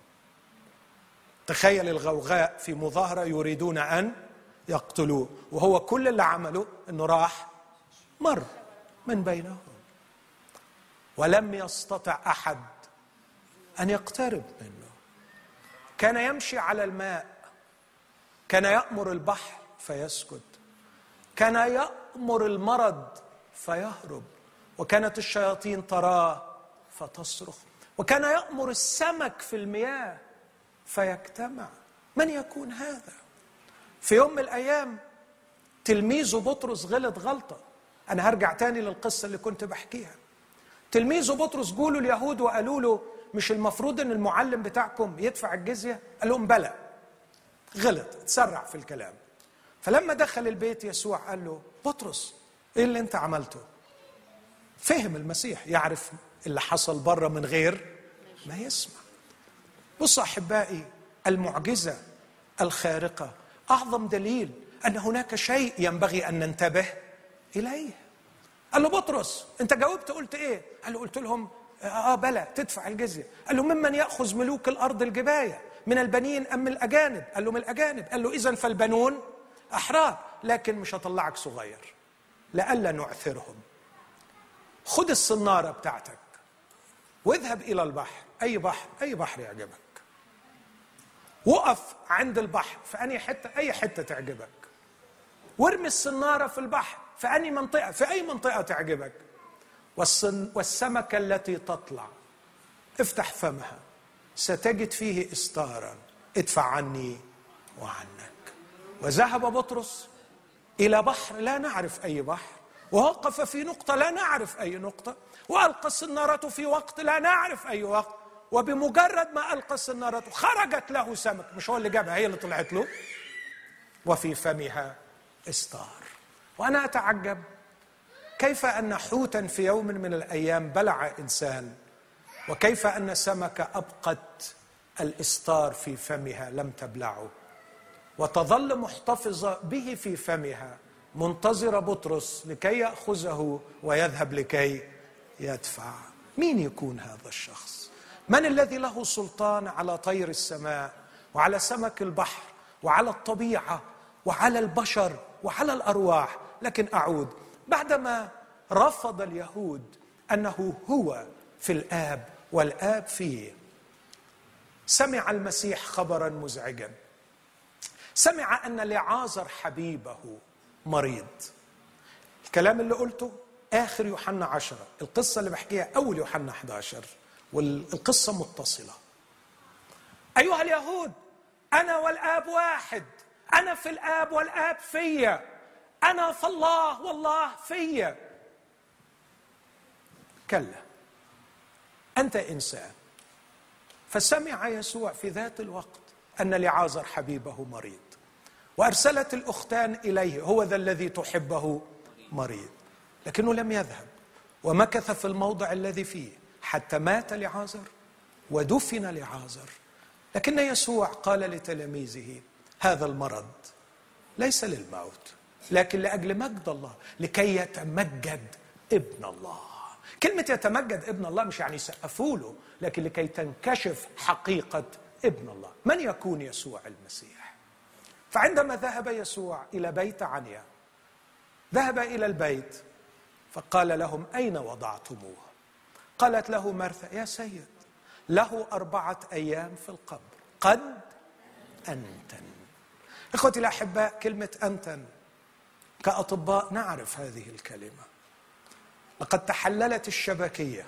Speaker 1: تخيل الغوغاء في مظاهرة يريدون أن يقتلوه، وهو كل اللي عمله أنه راح مر من بينهم، ولم يستطع أحد أن يقترب منه. كان يمشي على الماء، كان يأمر البحر فيسكت، كان يأمر المرض فيهرب، وكانت الشياطين تراه فتصرخ، وكان يأمر السمك في المياه فيجتمع. من يكون هذا؟ في يوم من الأيام تلميذه بطرس غلط غلطة. أنا هرجع تاني للقصة اللي كنت بحكيها. تلميذه بطرس جولوا اليهود وقالوا له: مش المفروض أن المعلم بتاعكم يدفع الجزية؟ قال لهم: بلى. غلط، تسرع في الكلام. فلما دخل البيت يسوع قال له: بطرس، إيه اللي أنت عملته؟ فهم المسيح، يعرف اللي حصل بره من غير ما يسمع. بصوا أحبائي، المعجزة الخارقة أعظم دليل أن هناك شيء ينبغي أن ننتبه إليه. قال له: بطرس، أنت جاوبت قلت إيه؟ قال له: قلت لهم بلى تدفع الجزية. قال له: ممن يأخذ ملوك الأرض الجباية، من البنين أم من الأجانب؟ قال له: من الأجانب. قال له: إذن فالبنون أحرار، لكن مش هطلعك صغير لألا نعثرهم. خد الصنارة بتاعتك واذهب إلى البحر، أي بحر يعجبك، وقف عند البحر في أي حتة تعجبك، وارمي الصنارة في البحر في أي منطقة تعجبك، والسمكة التي تطلع افتح فمها ستجد فيه إستارا، ادفع عني وعنك. وذهب بطرس إلى بحر لا نعرف أي بحر، ووقف في نقطة لا نعرف أي نقطة، وألقى الصنارة في وقت لا نعرف أي وقت، وبمجرد ما ألقى الصنارة خرجت له سمك، مش هو اللي جابها، هي اللي طلعت له، وفي فمها إستار. وأنا أتعجب كيف أن حوتا في يوم من الأيام بلع إنسان، وكيف أن سمكة أبقت الإستار في فمها لم تبلعه، وتظل محتفظة به في فمها منتظرة بطرس لكي يأخذه ويذهب لكي يدفع. مين يكون هذا الشخص؟ من الذي له سلطان على طير السماء وعلى سمك البحر وعلى الطبيعة وعلى البشر وعلى الأرواح؟ لكن أعود، بعدما رفض اليهود أنه هو في الآب والآب فيه، سمع المسيح خبرا مزعجا. سمع أن لعازر حبيبه مريض. الكلام اللي قلته آخر يوحنا 10، القصة اللي بحكيها أول يوحنا 11، والقصة متصلة. أيها اليهود، أنا والآب واحد، أنا في الآب والآب فيا، أنا في الله والله فيا. كلا، أنت إنسان. فسمع يسوع في ذات الوقت أن لعازر حبيبه مريض، وأرسلت الأختان إليه، هو ذا الذي تحبه مريض، لكنه لم يذهب ومكث في الموضع الذي فيه حتى مات لعازر ودفن لعازر. لكن يسوع قال لتلاميذه: هذا المرض ليس للموت، لكن لأجل مجد الله، لكي يتمجد ابن الله. كلمة يتمجد ابن الله مش يعني يسقفوا له، لكن لكي تنكشف حقيقة ابن الله. من يكون يسوع المسيح؟ فعندما ذهب يسوع إلى بيت عنيا، ذهب إلى البيت فقال لهم: أين وضعتموه؟ قالت له مرثا: يا سيد، له 4 أيام في القبر، قد أنتن. إخوتي الأحباء، كلمة أنتن كأطباء نعرف هذه الكلمة. لقد تحللت الشبكية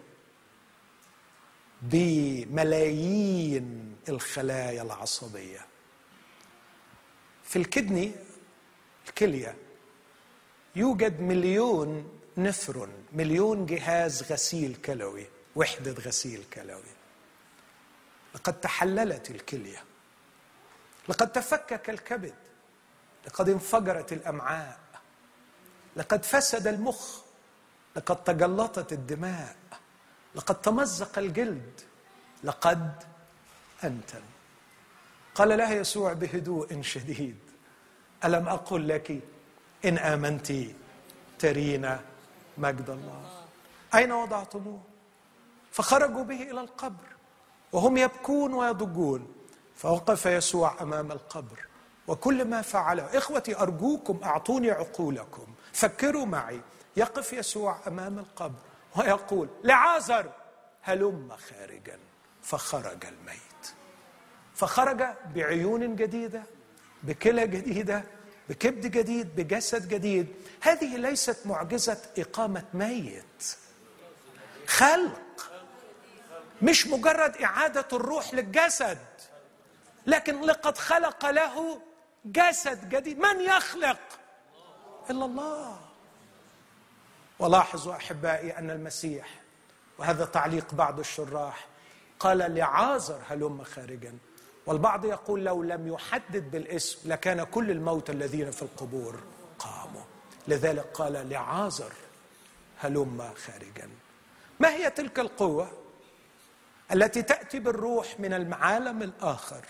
Speaker 1: بملايين الخلايا العصبية. في الكدني، الكلية، يوجد 1,000,000 نفرون، 1,000,000 جهاز غسيل كلوي، وحدة غسيل كلوي. لقد تحللت الكلية، لقد تفكك الكبد، لقد انفجرت الأمعاء، لقد فسد المخ، لقد تجلطت الدماء، لقد تمزق الجلد، لقد أنتن. قال لها يسوع بهدوء شديد: ألم أقل لك إن آمنت ترين مجد الله؟ أين وضعتموه؟ فخرجوا به إلى القبر وهم يبكون ويضجون. فوقف يسوع أمام القبر وكل ما فعله، إخوتي أرجوكم أعطوني عقولكم، فكروا معي. يقف يسوع أمام القبر ويقول: لعازر هلم خارجا. فخرج الميت، فخرج بعيون جديدة، بكلى جديدة، بكبد جديد، بجسد جديد. هذه ليست معجزة إقامة ميت، خلق، مش مجرد إعادة الروح للجسد، لكن لقد خلق له جسد جديد. من يخلق إلا الله. ولاحظوا أحبائي أن المسيح، وهذا تعليق بعض الشراح، قال: لعازر هلم خارجا. والبعض يقول لو لم يحدد بالاسم لكان كل الموتى الذين في القبور قاموا، لذلك قال: لعازر هلم خارجا. ما هي تلك القوة التي تأتي بالروح من العالم الآخر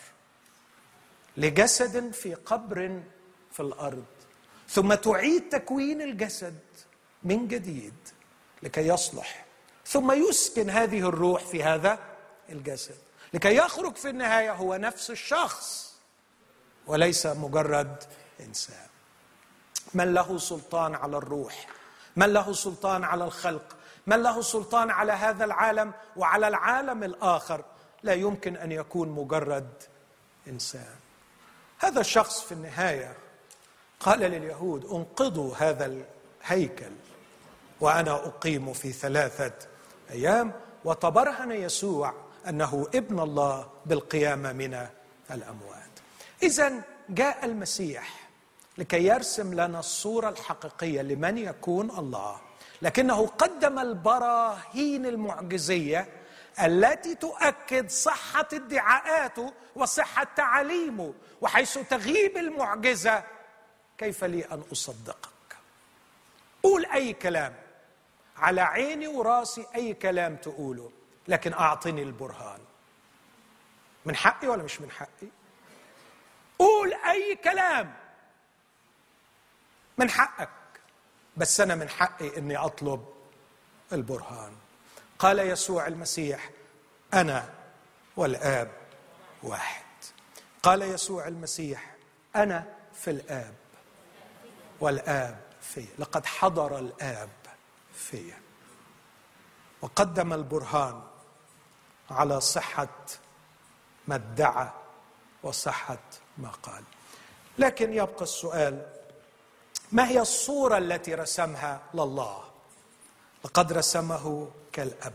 Speaker 1: لجسد في قبر في الأرض، ثم تعيد تكوين الجسد من جديد لكي يصلح، ثم يسكن هذه الروح في هذا الجسد لكي يخرج في النهاية هو نفس الشخص وليس مجرد إنسان؟ من له سلطان على الروح، من له سلطان على الخلق، من له سلطان على هذا العالم وعلى العالم الآخر، لا يمكن أن يكون مجرد إنسان. هذا الشخص في النهاية قال لليهود: انقضوا هذا الهيكل وأنا أقيم في 3 أيام. وتبرهن يسوع أنه ابن الله بالقيامة من الأموات. إذن جاء المسيح لكي يرسم لنا الصورة الحقيقية لمن يكون الله، لكنه قدم البراهين المعجزية التي تؤكد صحة ادعاءاته وصحة تعاليمه. وحيث تغيب المعجزة كيف لي أن أصدقك؟ قول أي كلام، على عيني وراسي أي كلام تقوله، لكن أعطني البرهان. من حقي ولا مش من حقي؟ قول أي كلام، من حقك، بس أنا من حقي أني أطلب البرهان. قال يسوع المسيح: أنا والآب واحد. قال يسوع المسيح: أنا في الآب والآب في، لقد حضر الآب في، وقدم البرهان على صحة ما ادعى وصحة ما قال. لكن يبقى السؤال: ما هي الصورة التي رسمها لله؟ لقد رسمه كالأب،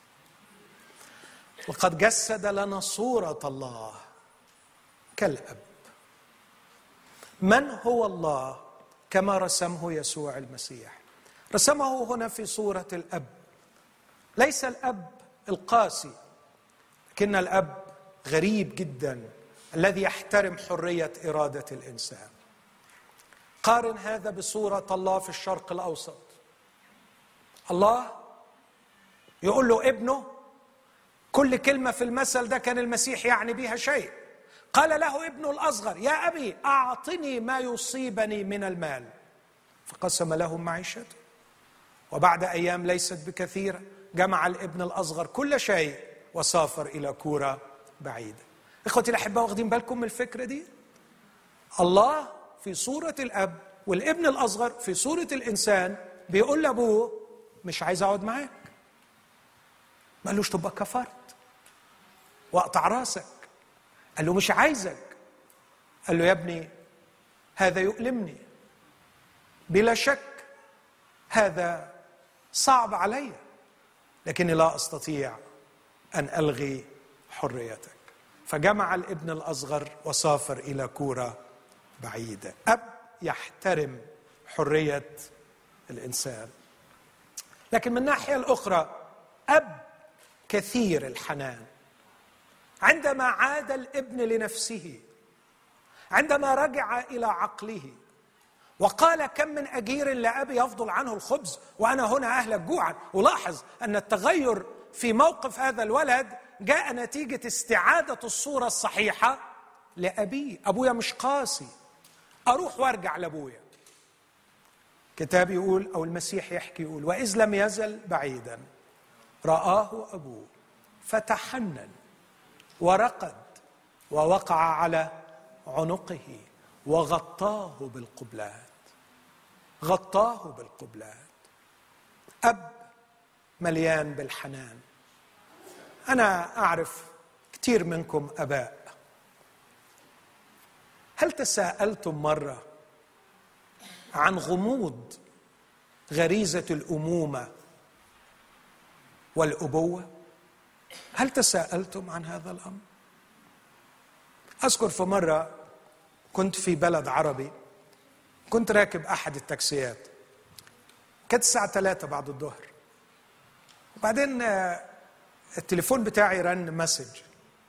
Speaker 1: وقد جسد لنا صورة الله كالأب. من هو الله كما رسمه يسوع المسيح؟ رسمه هنا في صورة الأب، ليس الأب القاسي، لكن الأب غريب جدا الذي يحترم حرية إرادة الإنسان. قارن هذا بصورة الله في الشرق الأوسط. الله يقول له ابنه، كل كلمة في المثل ده كان المسيح يعني بها شيء. قال له ابنه الأصغر: يا أبي أعطني ما يصيبني من المال، فقسم لهم معيشته. وبعد أيام ليست بكثيرة جمع الابن الأصغر كل شيء وسافر إلى كورة بعيدة. إخوتي الأحباء، واخدين بالكم من الفكرة دي؟ الله في صورة الأب والابن الأصغر في صورة الإنسان بيقول لأبوه: مش عايز أقعد معاك. ما قالوش تبقى كفرت وأقطع راسك، قال له مش عايزك. قال له: يا ابني هذا يؤلمني، بلا شك هذا صعب علي، لكني لا أستطيع أن ألغي حريتك. فجمع الابن الأصغر وسافر إلى كورة بعيدة. أب يحترم حرية الإنسان. لكن من الناحية الأخرى أب كثير الحنان. عندما عاد الابن لنفسه، عندما رجع إلى عقله وقال: كم من أجير لأبي يفضل عنه الخبز وأنا هنا أهلك جوعا. ولاحظ أن التغير في موقف هذا الولد جاء نتيجة استعادة الصورة الصحيحة لأبيه. أبويا مش قاسي، أروح وارجع لأبويا. كتاب يقول، أو المسيح يحكي يقول: وإذ لم يزل بعيدا رآه أبوه فتحنن ورقد ووقع على عنقه وغطاه بالقبلات. غطاه بالقبلات. أب مليان بالحنان. أنا أعرف كثير منكم أباء. هل تساءلتم مرة عن غموض غريزة الأمومة والأبوة؟ هل تساءلتم عن هذا الأمر؟ أذكر في مرة كنت في بلد عربي، كنت راكب أحد التاكسيات، كانت الساعة 3 بعد الظهر، وبعدين التليفون بتاعي رن مسج،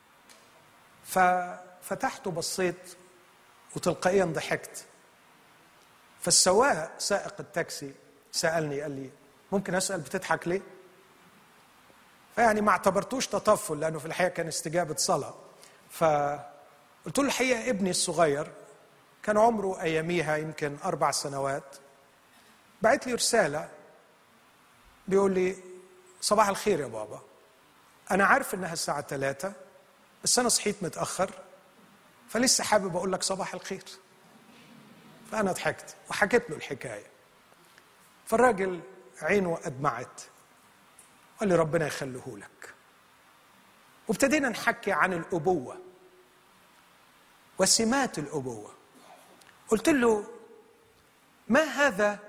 Speaker 1: ففتحته بصيت وتلقائيا ضحكت. فالسواق سائق التاكسي سألني، قال لي: ممكن أسأل بتضحك ليه؟ فيعني ما اعتبرتوش تطفل، لأنه في الحقيقة كان استجابة صلاة. فقلت له: الحقيقة ابني الصغير كان عمره أياميها يمكن 4 سنوات، بعت لي رسالة بيقول لي: صباح الخير يا بابا، أنا عارف إنها الساعة 3 بس أنا صحيت متأخر فلسه حابب أقول لك صباح الخير. فأنا ضحكت وحكيت له الحكاية. فالراجل عينه أدمعت، قال لي: ربنا يخليه لك. وابتدينا نحكي عن الأبوة وسمات الأبوة. قلت له: ما هذا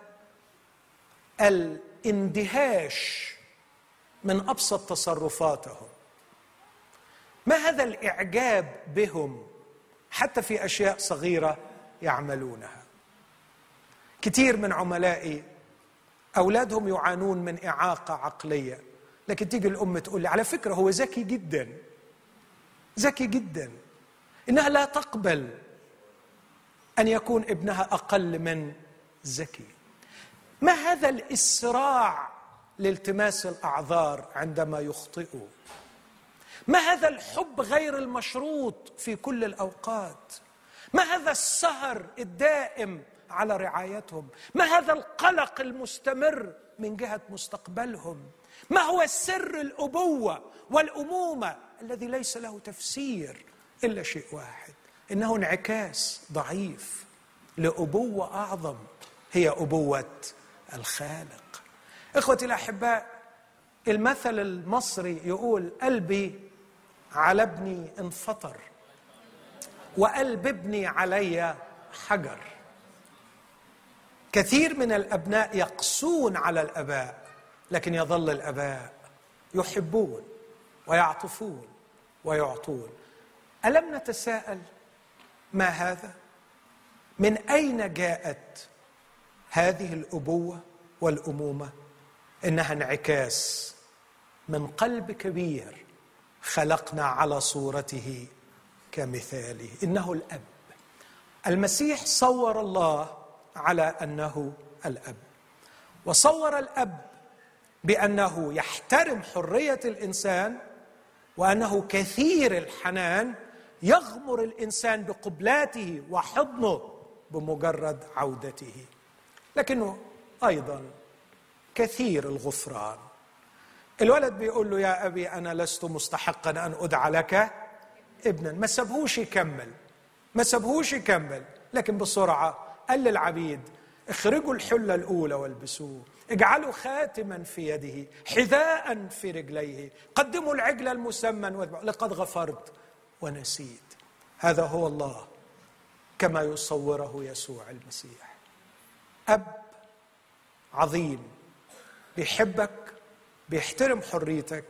Speaker 1: الاندهاش من أبسط تصرفاتهم؟ ما هذا الإعجاب بهم حتى في أشياء صغيرة يعملونها؟ كثير من عملائي أولادهم يعانون من إعاقة عقلية، لكن تيجي الأم تقول لي: على فكرة هو ذكي جدا، ذكي جدا. إنها لا تقبل أن يكون ابنها أقل من ذكي. ما هذا الإسراع لالتماس الأعذار عندما يخطئوا؟ ما هذا الحب غير المشروط في كل الأوقات؟ ما هذا السهر الدائم على رعايتهم؟ ما هذا القلق المستمر من جهة مستقبلهم؟ ما هو سر الأبوة والأمومة الذي ليس له تفسير إلا شيء واحد، إنه انعكاس ضعيف لأبوة أعظم، هي أبوة الخالق. إخوتي الأحباء، المثل المصري يقول: قلبي على ابني انفطر وقلب ابني علي حجر. كثير من الأبناء يقسون على الآباء، لكن يظل الآباء يحبون ويعطفون ويعطون. ألم نتساءل ما هذا؟ من أين جاءت هذه الأبوة والأمومة؟ إنها انعكاس من قلب كبير خلقنا على صورته كمثاله، إنه الأب. المسيح صور الله على أنه الأب، وصور الأب بأنه يحترم حرية الإنسان، وأنه كثير الحنان يغمر الإنسان بقبلاته وحضنه بمجرد عودته، لكنه أيضا كثير الغفران. الولد بيقول له: يا أبي أنا لست مستحقا أن أدعى لك ابنا. ما سابهوش يكمل، لكن بسرعة قال للعبيد: اخرجوا الحلة الأولى والبسوه، اجعلوا خاتما في يده، حذاء في رجليه، قدموا العجل المسمن واتبعوا، لقد غفرت ونسيت. هذا هو الله كما يصوره يسوع المسيح، أب عظيم بيحبك، بيحترم حريتك،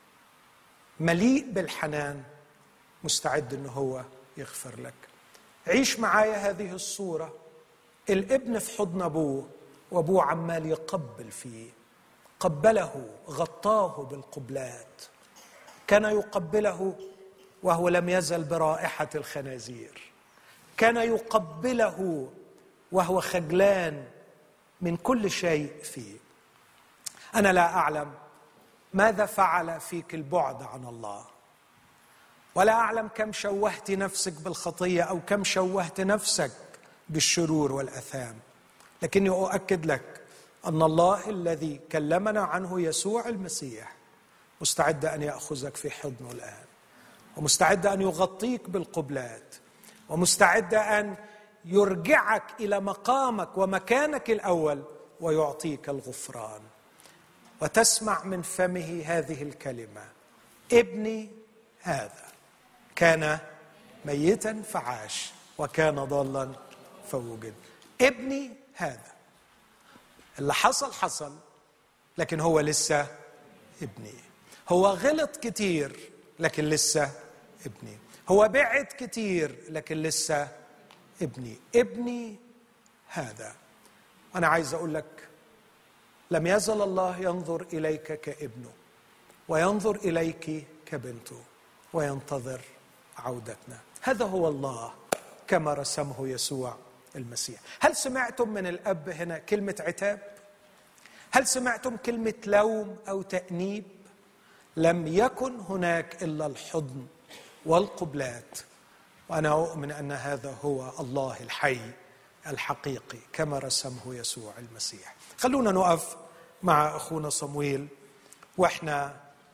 Speaker 1: مليء بالحنان، مستعد إنه هو يغفر لك. عيش معايا هذه الصورة: الابن في حضن أبوه، وأبوه عمال يقبل فيه، قبله، غطاه بالقبلات، كان يقبله وهو لم يزل برائحة الخنازير، كان يقبله وهو خجلان من كل شيء فيه. أنا لا أعلم ماذا فعل فيك البعد عن الله، ولا أعلم كم شوهت نفسك بالخطية أو كم شوهت نفسك بالشرور والأثام، لكني أؤكد لك أن الله الذي كلمنا عنه يسوع المسيح مستعد أن يأخذك في حضنه الآن، ومستعد أن يغطيك بالقبلات، ومستعد أن يرجعك إلى مقامك ومكانك الأول ويعطيك الغفران. وتسمع من فمه هذه الكلمة: ابني هذا كان ميتا فعاش وكان ضالا فوجد. ابني هذا، اللي حصل، لكن هو لسه ابني. هو غلط كتير لكن لسه ابني. هو بعد كتير لكن لسه ابني. ابني هذا. أنا عايز أقول لك: لم يزل الله ينظر إليك كابنه، وينظر إليك كبنته، وينتظر عودتنا. هذا هو الله كما رسمه يسوع المسيح. هل سمعتم من الأب هنا كلمة عتاب؟ هل سمعتم كلمة لوم أو تأنيب؟ لم يكن هناك إلا الحضن والقبلات. وأنا أؤمن أن هذا هو الله الحي الحقيقي كما رسمه يسوع المسيح. خلونا نقف مع أخونا صمويل وإحنا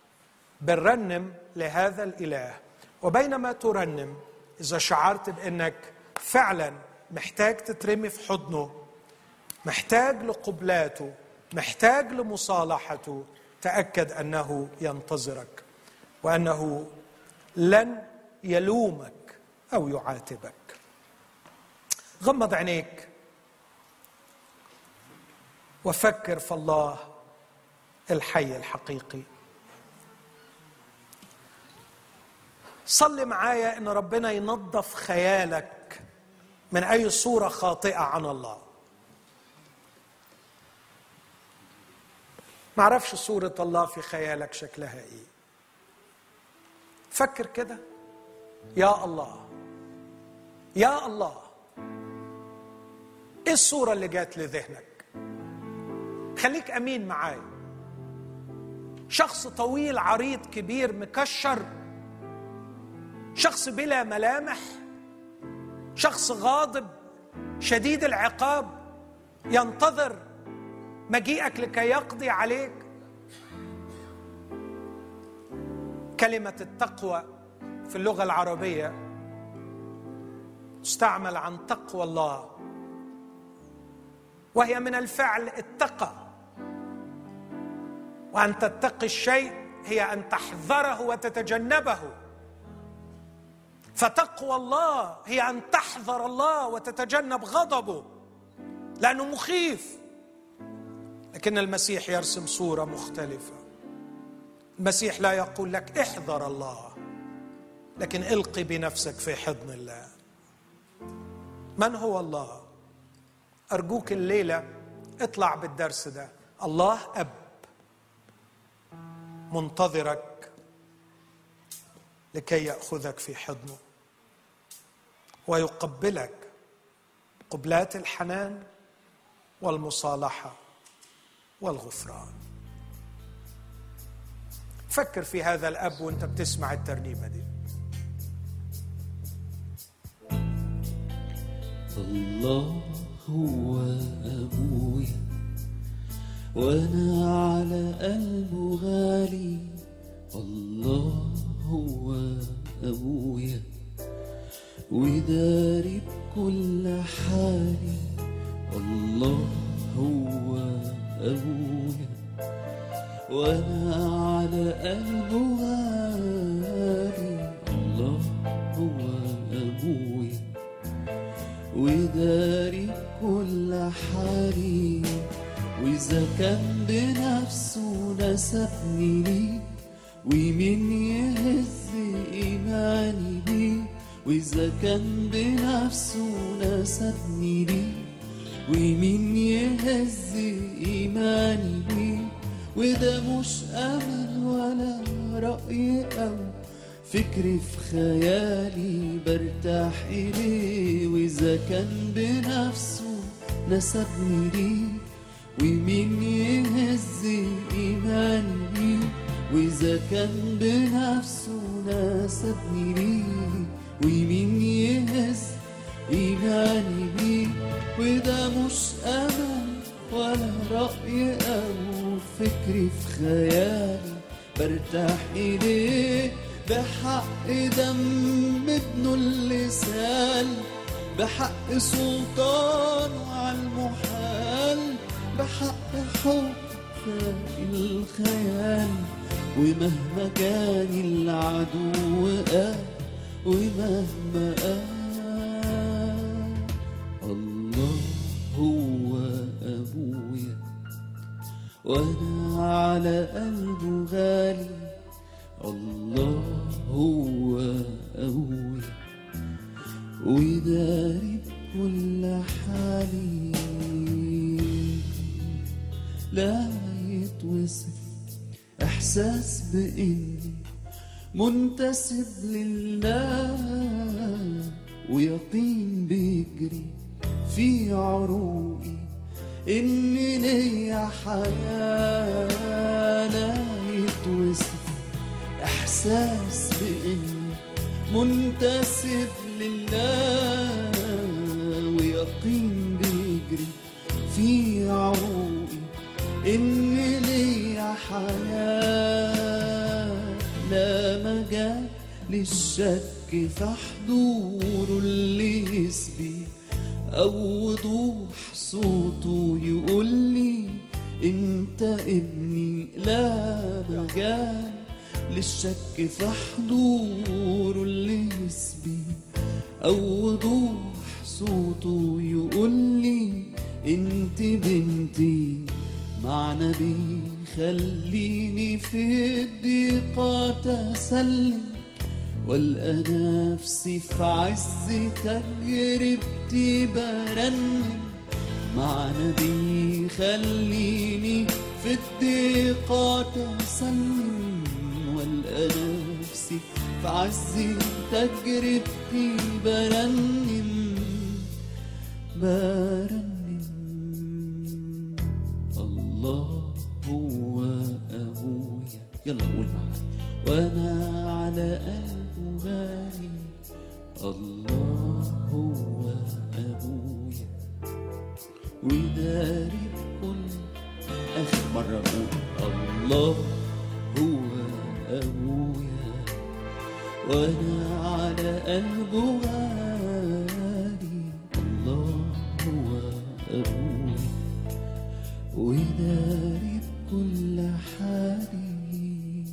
Speaker 1: بنرنم لهذا الإله، وبينما ترنم إذا شعرت بأنك فعلا محتاج تترمي في حضنه، محتاج لقبلاته، محتاج لمصالحته، تأكد أنه ينتظرك وأنه لن يلومك أو يعاتبك. غمض عينيك وفكر في الله الحي الحقيقي. صلي معايا إن ربنا ينظف خيالك من أي صورة خاطئة عن الله. معرفش صورة الله في خيالك شكلها إيه. فكر كده: يا الله، يا الله، إيه الصورة اللي جات لذهنك؟ خليك أمين معاي. شخص طويل عريض كبير مكشر، شخص بلا ملامح، شخص غاضب، شديد العقاب ينتظر مجيئك لكي يقضي عليك. كلمة التقوى في اللغة العربية تستعمل عن تقوى الله، وهي من الفعل اتقى. وأن تتقي الشيء هي أن تحذره وتتجنبه. فتقوى الله هي أن تحذر الله وتتجنب غضبه لأنه مخيف. لكن المسيح يرسم صورة مختلفة. المسيح لا يقول لك احذر الله، لكن القي بنفسك في حضن الله. من هو الله؟ أرجوك الليلة اطلع بالدرس ده. الله أب منتظرك لكي يأخذك في حضنه ويقبلك قبلات الحنان والمصالحة والغفران. فكر في هذا الأب وانت بتسمع الترنيمة دي.
Speaker 2: الله هو أبويا وأنا على قلبه غالي. الله هو أبويا وداري بكل حالي. الله هو أبويا وأنا على قلبه غالي. الله هو أبويا وداري كل حالي. وإذا كان بنفسه نسبني ليه ومين يهز إيماني بيه. وإذا كان بنفسه نسبني ليه ومين يهز إيماني بيه. وده مش أمل ولا رأي أو فكري في خيالي برتاح إليه. وإذا كان بنفسه نسبني ليه ومين يهز إيماني بيه. وإذا كان بنفسه نسبني ليه ومين يهز إيماني بيه. وده مش أمل ولا رأي أو فكري في خيالي برتاح إليه. بحق دم ابنه اللي سال، بحق سلطانه على المحال، بحق حب فاق الخيال. ومهما كان العدو قال ومهما قال الله هو أبويا وأنا على قلبه غالي. الله هو أبويا ويداري بكل حالي. لا يتوصف إحساس بإني منتسب لله ويقين بيجري في عروقي إني ليا حياة. لا يتوصف إحساس بإني منتسب لله ويقين بيجري في عروقي إني ليا حياة. لا مجال للشك في حضوره اللي يسبي أو وضوح صوته يقولي انت ابني. لا مجال للشك في حضوره اللي يسبي أو وضوح صوته يقولي انت بنتي. معنى بيخليني في الضيقات أسلم والقى نفسي في عز تجربتي برنم. معنى بيخليني في الضيقات أسلم والقى نفسي في عز تجربتي برنم. الله هو أبويا. يلا قول معايا. وأنا على قلبه غالي. الله هو أبويا وانا على قلبه غالي. الله هو ابويا وداري بكل حالي.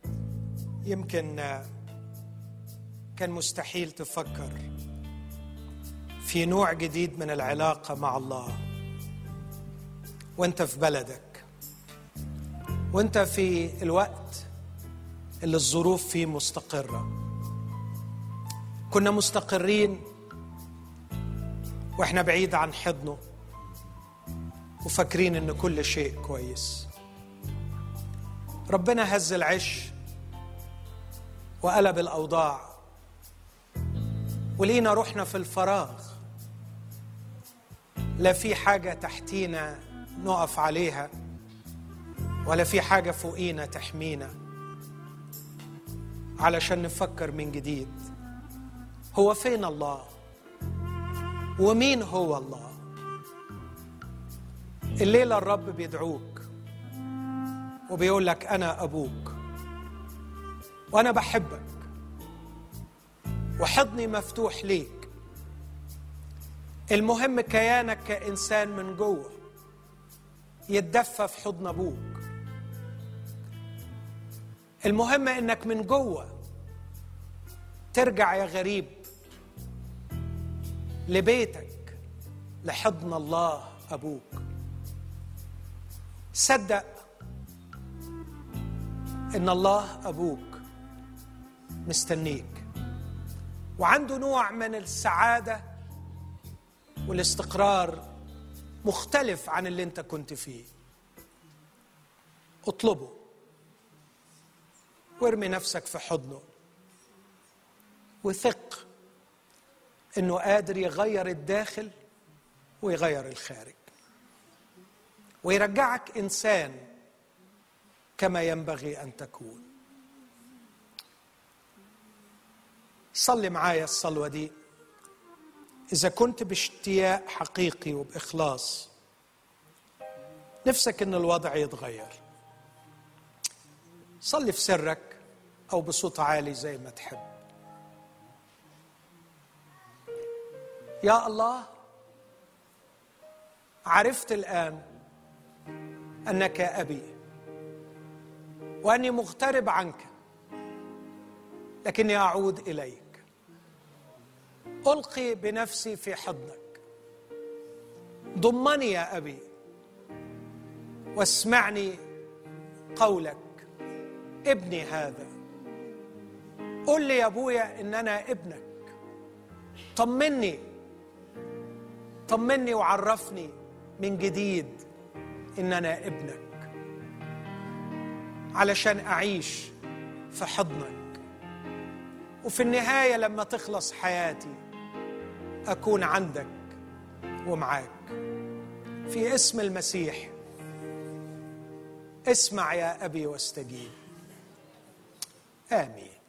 Speaker 1: يمكن كان مستحيل تفكر في نوع جديد من العلاقة مع الله وانت في بلدك، وانت في الوقت اللي الظروف فيه مستقرة. كنا مستقرين واحنا بعيد عن حضنه وفاكرين ان كل شيء كويس. ربنا هز العش وقلب الأوضاع ولينا روحنا في الفراغ، لا في حاجة تحتينا نقف عليها ولا في حاجة فوقينا تحمينا، علشان نفكر من جديد هو فين الله ومين هو الله. الليلة الرب بيدعوك وبيقول لك أنا أبوك وأنا بحبك وحضني مفتوح ليك. المهم كيانك كإنسان من جوه يتدفى في حضن أبوك. المهم إنك من جوه ترجع يا غريب لبيتك لحضن الله أبوك. صدق إن الله أبوك مستنيك وعنده نوع من السعادة والاستقرار مختلف عن اللي انت كنت فيه. اطلبه وارمي نفسك في حضنه وثق انه قادر يغير الداخل ويغير الخارج ويرجعك إنسان كما ينبغي أن تكون. صلي معايا الصلوة دي إذا كنت باشتياق حقيقي وبإخلاص نفسك إن الوضع يتغير. صلي في سرك أو بصوت عالي زي ما تحب. يا الله، عرفت الآن أنك أبي وأني مغترب عنك، لكني أعود إليك. ألقي بنفسي في حضنك. ضمني يا أبي واسمعني قولك ابني هذا. قل لي يا أبويا إن أنا ابنك. طمني وعرفني من جديد إن أنا ابنك علشان أعيش في حضنك، وفي النهاية لما تخلص حياتي أكون عندك ومعاك. في اسم المسيح اسمع يا أبي واستجيب. آمين.